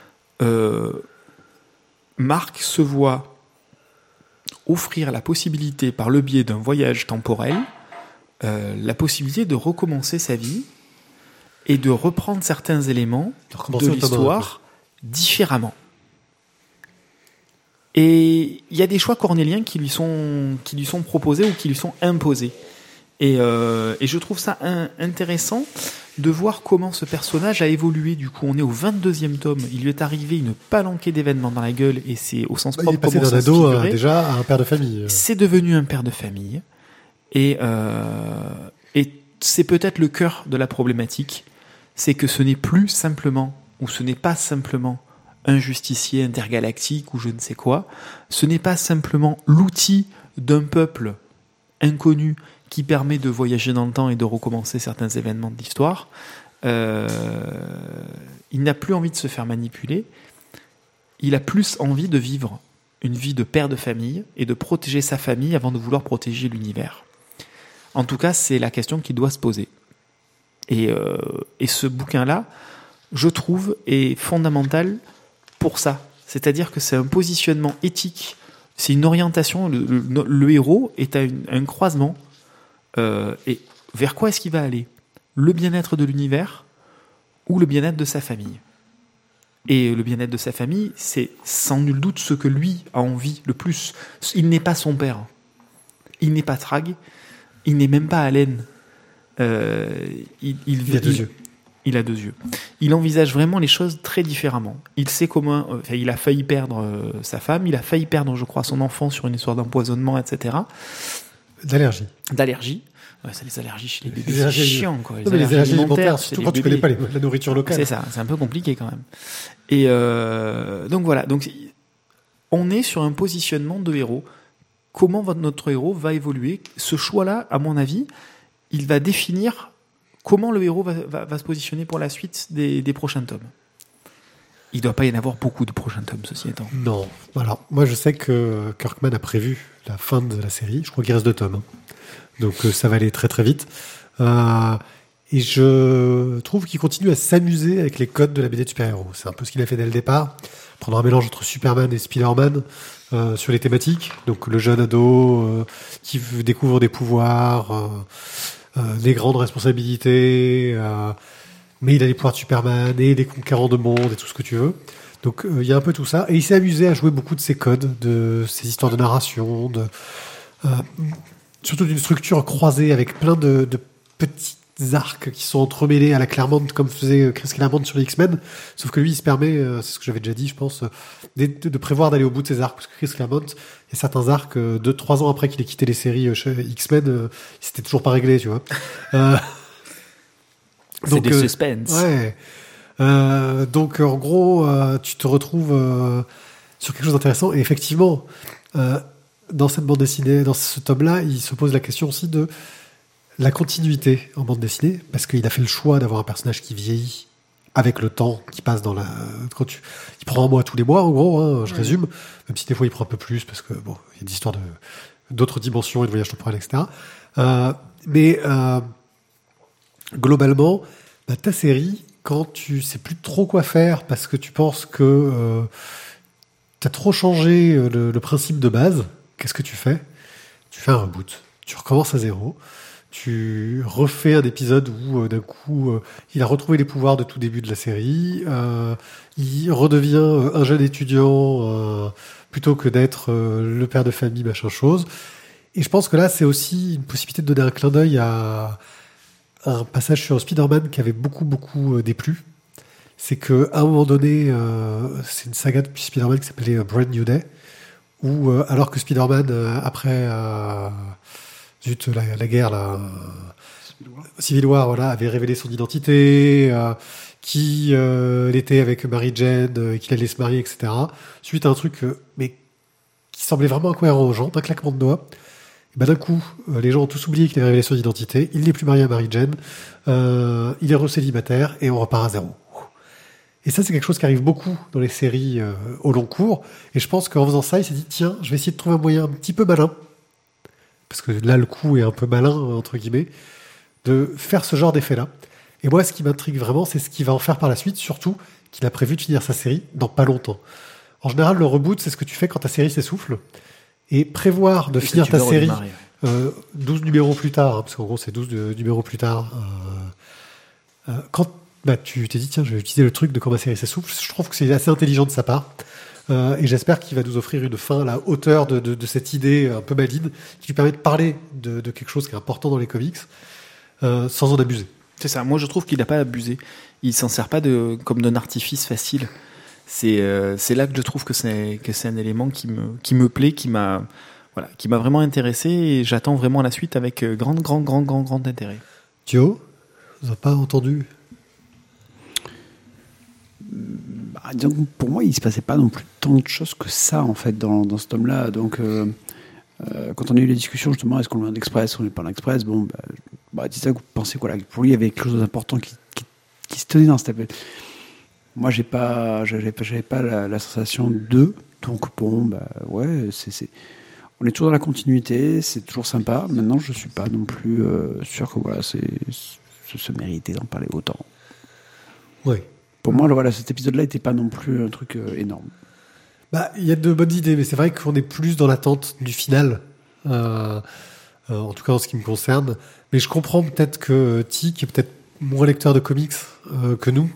Mark se voit offrir la possibilité, par le biais d'un voyage temporel, la possibilité de recommencer sa vie et de reprendre certains éléments de l'histoire différemment. Et il y a des choix cornéliens qui lui sont proposés ou qui lui sont imposés. Et je trouve ça intéressant de voir comment ce personnage a évolué. Du coup, on est au 22e tome. Il lui est arrivé une palanquée d'événements dans la gueule, et c'est au sens propre. Il est passé d'un ado déjà à un père de famille. C'est devenu un père de famille. Et c'est peut-être le cœur de la problématique. C'est que ce n'est pas simplement un justicier intergalactique ou je ne sais quoi. Ce n'est pas simplement l'outil d'un peuple inconnu qui permet de voyager dans le temps et de recommencer certains événements de l'histoire. Il n'a plus envie de se faire manipuler. Il a plus envie de vivre une vie de père de famille et de protéger sa famille avant de vouloir protéger l'univers. En tout cas, c'est la question qu'il doit se poser. Et ce bouquin-là, je trouve, est fondamental pour ça. C'est-à-dire que c'est un positionnement éthique, c'est une orientation. Le héros est à un croisement. Et vers quoi est-ce qu'il va aller ? Le bien-être de l'univers ou le bien-être de sa famille ? Et le bien-être de sa famille, c'est sans nul doute ce que lui a envie le plus. Il n'est pas son père. Il n'est pas Thrag. Il n'est même pas Allen. Il a deux yeux. Il a deux yeux. Il envisage vraiment les choses très différemment. Il sait comment. Il a failli perdre sa femme. Il a failli perdre, je crois, son enfant sur une histoire d'empoisonnement, etc. D'allergie. Ouais, ça, les allergies chez les bébés, c'est chiant, quoi. Les allergies alimentaires, surtout quand tu connais pas la nourriture locale. C'est ça, c'est un peu compliqué quand même. Et donc voilà. Donc on est sur un positionnement de héros. Comment notre héros va évoluer ? Ce choix-là, à mon avis, il va définir comment le héros va se positionner pour la suite des prochains tomes. Il ne doit pas y en avoir beaucoup de prochains tomes, ceci étant. Non. Alors, moi, je sais que Kirkman a prévu la fin de la série. Je crois qu'il reste 2 tomes. Donc, ça va aller très, très vite. Et je trouve qu'il continue à s'amuser avec les codes de la BD de super-héros. C'est un peu ce qu'il a fait dès le départ. Prendre un mélange entre Superman et Spider-Man sur les thématiques. Donc, le jeune ado qui découvre des pouvoirs, des grandes responsabilités, mais il a les pouvoirs de Superman et des conquérants de monde et tout ce que tu veux. Donc il y a un peu tout ça. Et il s'est amusé à jouer beaucoup de ces codes, de ces histoires de narration, surtout d'une structure croisée avec plein de petits arcs qui sont entremêlés à la Claremont, comme faisait Chris Claremont sur les X-Men. Sauf que lui, il se permet, c'est ce que j'avais déjà dit, je pense, de prévoir d'aller au bout de ces arcs. Parce que Chris Claremont, il y a certains arcs, 2-3 ans après qu'il ait quitté les séries chez X-Men, ils s'étaient toujours pas réglés, tu vois. C'est des suspense. Ouais. Donc en gros, tu te retrouves sur quelque chose d'intéressant. Et effectivement, dans cette bande dessinée, dans ce tome-là, il se pose la question aussi de la continuité en bande dessinée, parce qu'il a fait le choix d'avoir un personnage qui vieillit avec le temps qui passe dans la... Il prend un mois tous les mois, en gros, hein, je résume, même si des fois il prend un peu plus, parce que bon, il y a des histoires d'autres dimensions et de voyages temporels, etc. Mais globalement, ta série, quand tu sais plus trop quoi faire, parce que tu penses que tu as trop changé le principe de base, qu'est-ce que tu fais ? Tu fais un reboot, tu recommences à zéro. Tu refais un épisode où d'un coup il a retrouvé les pouvoirs de tout début de la série, il redevient un jeune étudiant plutôt que d'être le père de famille, machin chose. Et je pense que là c'est aussi une possibilité de donner un clin d'œil à un passage sur Spider-Man qui avait beaucoup déplu. C'est qu'à un moment donné, c'est une saga depuis Spider-Man qui s'appelait Brand New Day, où alors que Spider-Man après la guerre, Civil War, voilà, avait révélé son identité, qui était avec Mary Jane, qu'il allait se marier, etc. Suite à un truc, mais qui semblait vraiment incohérent aux gens, d'un claquement de doigts. Et ben d'un coup, les gens ont tous oublié qu'il avait révélé son identité. Il n'est plus marié à Mary Jane, il est recélibataire et on repart à zéro. Et ça, c'est quelque chose qui arrive beaucoup dans les séries au long cours. Et je pense qu'en faisant ça, il s'est dit tiens, je vais essayer de trouver un moyen un petit peu malin. Parce que là, le coup est un peu malin, entre guillemets, de faire ce genre d'effet-là. Et moi, ce qui m'intrigue vraiment, c'est ce qu'il va en faire par la suite, surtout qu'il a prévu de finir sa série dans pas longtemps. En général, le reboot, c'est ce que tu fais quand ta série s'essouffle. Et prévoir de finir ta série 12 numéros plus tard, hein, parce qu'en gros, c'est 12 numéros plus tard, quand tu t'es dit, tiens, je vais utiliser le truc de quand ma série s'essouffle, je trouve que c'est assez intelligent de sa part. Et j'espère qu'il va nous offrir une fin à la hauteur de cette idée un peu maligne qui lui permet de parler de quelque chose qui est important dans les comics sans en abuser. C'est ça, moi je trouve qu'il n'a pas abusé. Il s'en sert pas comme d'un artifice facile. C'est là que je trouve que c'est un élément qui me plaît, qui m'a vraiment intéressé et j'attends vraiment la suite avec grand intérêt. Thio, vous n'avez pas entendu ? Donc pour moi, il se passait pas non plus tant de choses que ça en fait dans ce tome-là. Donc quand on a eu les discussions justement, est-ce qu'on le met en express, on le met pas en express, bon, Tissa, vous pensez quoi là ? Pour lui, il y avait quelque chose d'important qui se tenait dans cet appel. Moi, j'avais pas la sensation de. Donc bon, ouais, on est toujours dans la continuité, c'est toujours sympa. Maintenant, je suis pas non plus sûr que voilà, se méritait d'en parler autant. Oui. Pour moi, voilà, cet épisode-là n'était pas non plus un truc énorme. Il y a de bonnes idées, mais c'est vrai qu'on est plus dans l'attente du final, en tout cas en ce qui me concerne. Mais je comprends peut-être que T, qui est peut-être moins lecteur de comics que nous,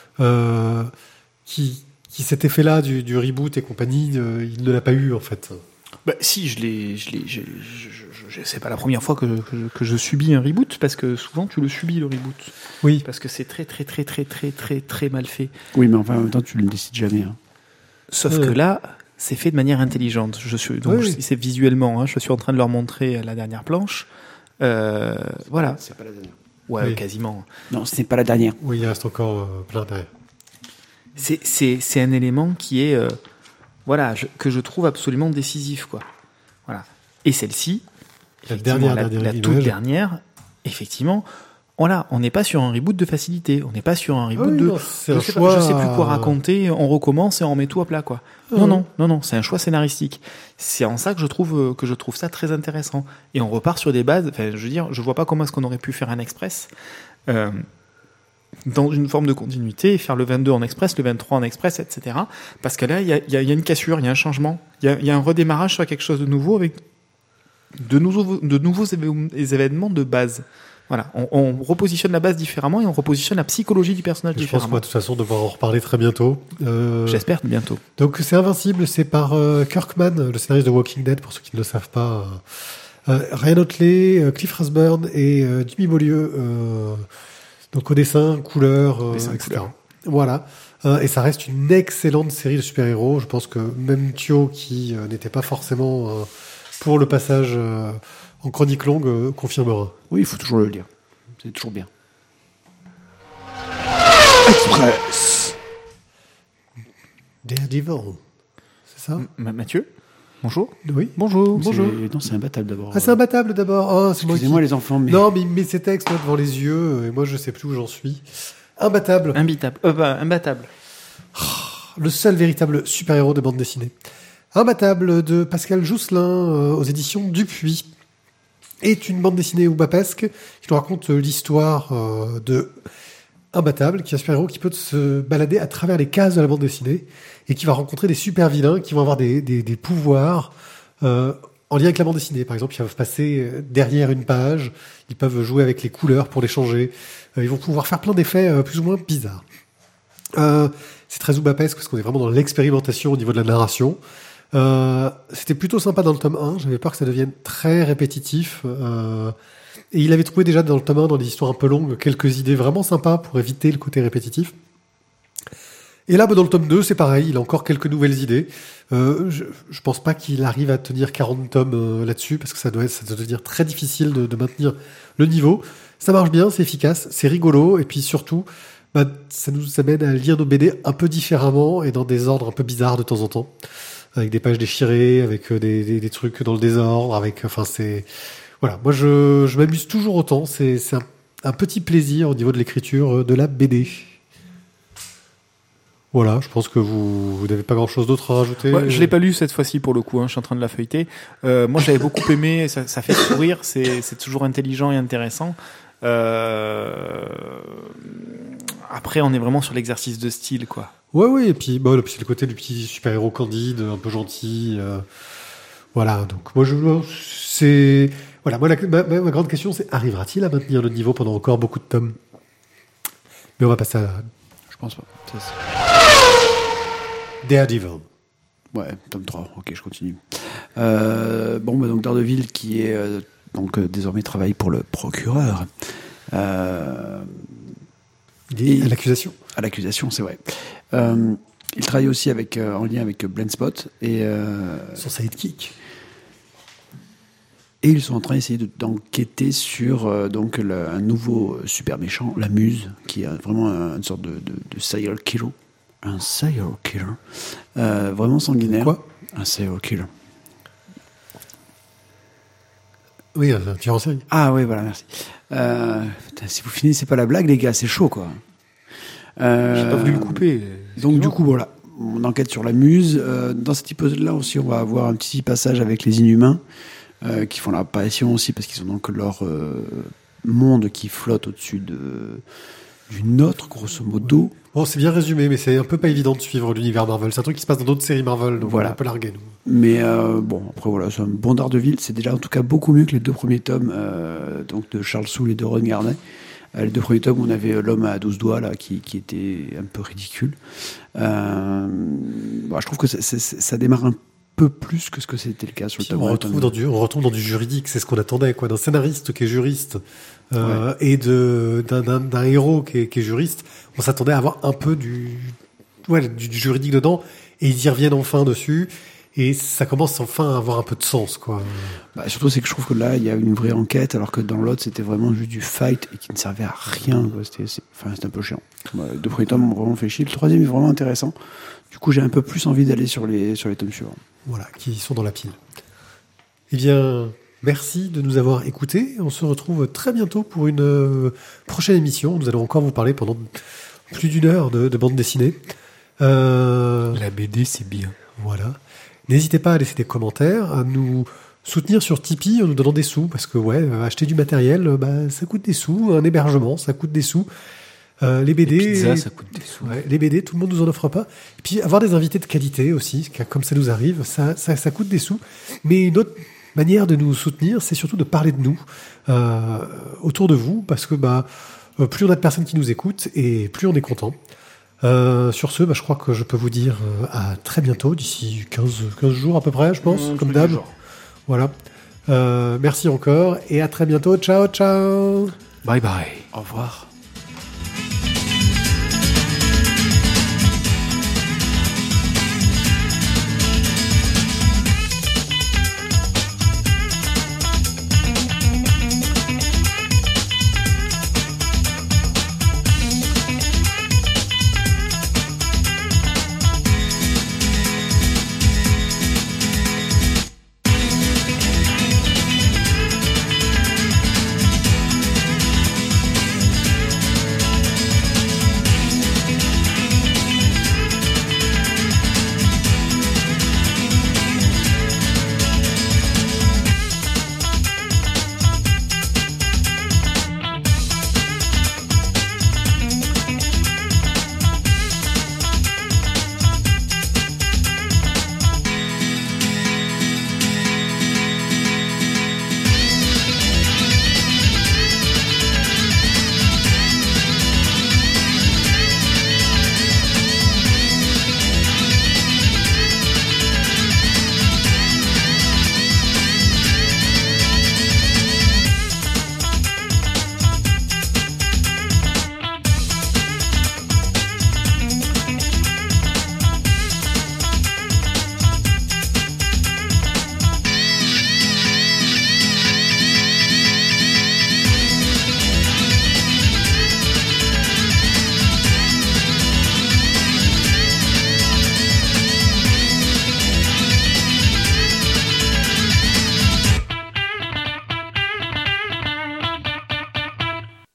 qui cet effet-là du reboot et compagnie, il ne l'a pas eu en fait. Si, c'est pas la première fois que je subis un reboot, parce que souvent tu le subis le reboot. Oui. Parce que c'est très mal fait. Oui, mais enfin en même temps tu ne le décides jamais. Hein. Sauf que là, c'est fait de manière intelligente. C'est visuellement. Hein, je suis en train de leur montrer la dernière planche. Voilà. C'est pas la dernière. Ouais, oui. Quasiment. Non, ce n'est pas la dernière. Oui, il reste encore plein derrière. C'est un élément qui est que je trouve absolument décisif, quoi. Voilà. Et celle-ci, la toute dernière, effectivement, voilà, on n'est pas sur un reboot de facilité, on n'est pas sur un reboot non, je sais plus quoi raconter, on recommence et on met tout à plat, quoi. Non, c'est un choix scénaristique. C'est en ça que je trouve ça très intéressant. Et on repart sur des bases. Enfin, je veux dire, je vois pas comment est-ce qu'on aurait pu faire un express dans une forme de continuité, et faire le 22 en express, le 23 en express, etc. Parce que là, il y a une cassure, il y a un changement, il y a un redémarrage sur quelque chose de nouveau avec de nouveaux événements de base. Voilà, on repositionne la base différemment et on repositionne la psychologie du personnage Je pense différemment. qu'on va de toute façon devoir en reparler très bientôt. J'espère bientôt. Donc c'est Invincible, c'est par Kirkman, le scénariste de Walking Dead, pour ceux qui ne le savent pas. Ryan Otley, Cliff Rathburn et Jimmy Beaulieu, donc au dessin, couleur, Dessin, etc. couleur. Voilà. Et ça reste une excellente série de super-héros. Je pense que même Thio, qui n'était pas forcément pour le passage en chronique longue, confirmera. Oui, il faut toujours le lire. C'est toujours bien. Express. Daredevil, c'est ça Mathieu, bonjour. Oui. Bonjour. Non, c'est imbattable d'abord. Ah, c'est imbattable d'abord. Oh, c'est moi qui... Excusez-moi les enfants, mais... Non, mais il met ses textes là, devant les yeux, et moi je sais plus où j'en suis. Imbattable. Imbattable. Le seul véritable super-héros de bande dessinée. Imbattable de Pascal Jousselin aux éditions Dupuis est une bande dessinée oubapesque qui nous raconte l'histoire de Imbattable, qui est un super-héros qui peut se balader à travers les cases de la bande dessinée et qui va rencontrer des super-vilains qui vont avoir des pouvoirs en lien avec la bande dessinée. Par exemple, ils peuvent passer derrière une page, ils peuvent jouer avec les couleurs pour les changer, ils vont pouvoir faire plein d'effets plus ou moins bizarres. C'est très oubapesque parce qu'on est vraiment dans l'expérimentation au niveau de la narration. C'était plutôt sympa dans le tome 1, j'avais peur que ça devienne très répétitif. Et il avait trouvé déjà dans le tome 1, dans des histoires un peu longues, quelques idées vraiment sympas pour éviter le côté répétitif. Et là, dans le tome 2, c'est pareil, il a encore quelques nouvelles idées. Je pense pas qu'il arrive à tenir 40 tomes là-dessus, parce que ça doit devenir très difficile de maintenir le niveau. Ça marche bien, c'est efficace, c'est rigolo, et puis surtout, ça nous amène à lire nos BD un peu différemment et dans des ordres un peu bizarres de temps en temps. Avec des pages déchirées, avec des trucs dans le désordre, voilà, moi je m'amuse toujours autant, c'est un petit plaisir au niveau de l'écriture de la BD. Voilà, je pense que vous n'avez pas grand-chose d'autre à rajouter. Ouais, je l'ai pas lu cette fois-ci pour le coup, je suis en train de la feuilleter. Moi j'avais beaucoup aimé, ça fait sourire, c'est toujours intelligent et intéressant. Après on est vraiment sur l'exercice de style, quoi. Ouais, et puis c'est le côté du petit super-héros candide, un peu gentil. Voilà, donc moi ma grande question c'est, arrivera-t-il à maintenir le niveau pendant encore beaucoup de tomes? Mais on va passer à... Je pense pas. Daredevil. Ouais, tome 3, ok, je continue. Donc Daredevil qui est désormais travaille pour le procureur. À l'accusation. À l'accusation, c'est vrai. Il travaille aussi en lien avec Blindspot et son sidekick. Et ils sont en train d'essayer d'enquêter sur un nouveau super méchant, la Muse, qui est vraiment une sorte de serial killer. Un serial killer. Vraiment sanguinaire. Quoi ? Un serial killer. Oui, un tueur en série. Ah oui, voilà, merci. Si vous finissez pas la blague, les gars, c'est chaud, quoi. J'ai pas voulu le couper. Donc du coup, voilà, on enquête sur la Muse. Dans cet épisode-là aussi, on va avoir un petit passage avec les Inhumains, qui font leur apparition aussi, parce qu'ils ont donc leur monde qui flotte au-dessus d'une autre, grosso modo. Bon, c'est bien résumé, mais c'est un peu pas évident de suivre l'univers Marvel. C'est un truc qui se passe dans d'autres séries Marvel, donc voilà. on peut larguer, nous. Mais après voilà, c'est un bon Daredevil. C'est déjà en tout cas beaucoup mieux que les deux premiers tomes de Charles Soule et de Ron Garnet. Les deux premiers tomes, on avait l'homme à 12 doigts là, qui était un peu ridicule. Je trouve que ça démarre un peu plus que ce que c'était le cas sur le tome 1. On retombe dans du juridique, c'est ce qu'on attendait, quoi, d'un scénariste qui est juriste et d'un héros qui est juriste. On s'attendait à avoir un peu du juridique dedans, et ils y reviennent enfin dessus. Et ça commence enfin à avoir un peu de sens, quoi. Surtout, c'est que je trouve que là, il y a une vraie enquête, alors que dans l'autre, c'était vraiment juste du fight et qui ne servait à rien, quoi. C'était un peu chiant. Les deux premiers tomes m'ont vraiment fait chier. Le troisième est vraiment intéressant. Du coup, j'ai un peu plus envie d'aller sur les tomes suivants. Voilà, qui sont dans la pile. Eh bien, merci de nous avoir écoutés. On se retrouve très bientôt pour une prochaine émission. Nous allons encore vous parler pendant plus d'1 heure de bande dessinée. La BD, c'est bien. Voilà. N'hésitez pas à laisser des commentaires, à nous soutenir sur Tipeee en nous donnant des sous, parce que acheter du matériel, ça coûte des sous, un hébergement, ça coûte des sous. Les BD, les pizzas, ça coûte des sous. Ouais, les BD, tout le monde nous en offre pas. Et puis avoir des invités de qualité aussi, comme ça nous arrive, ça coûte des sous. Mais manière de nous soutenir, c'est surtout de parler de nous autour de vous, parce que plus on a de personnes qui nous écoutent, et plus on est content. Sur ce, je crois que je peux vous dire à très bientôt, d'ici 15 jours à peu près, je pense, comme d'hab. Voilà. Merci encore, et à très bientôt. Ciao, ciao. Bye bye. Au revoir.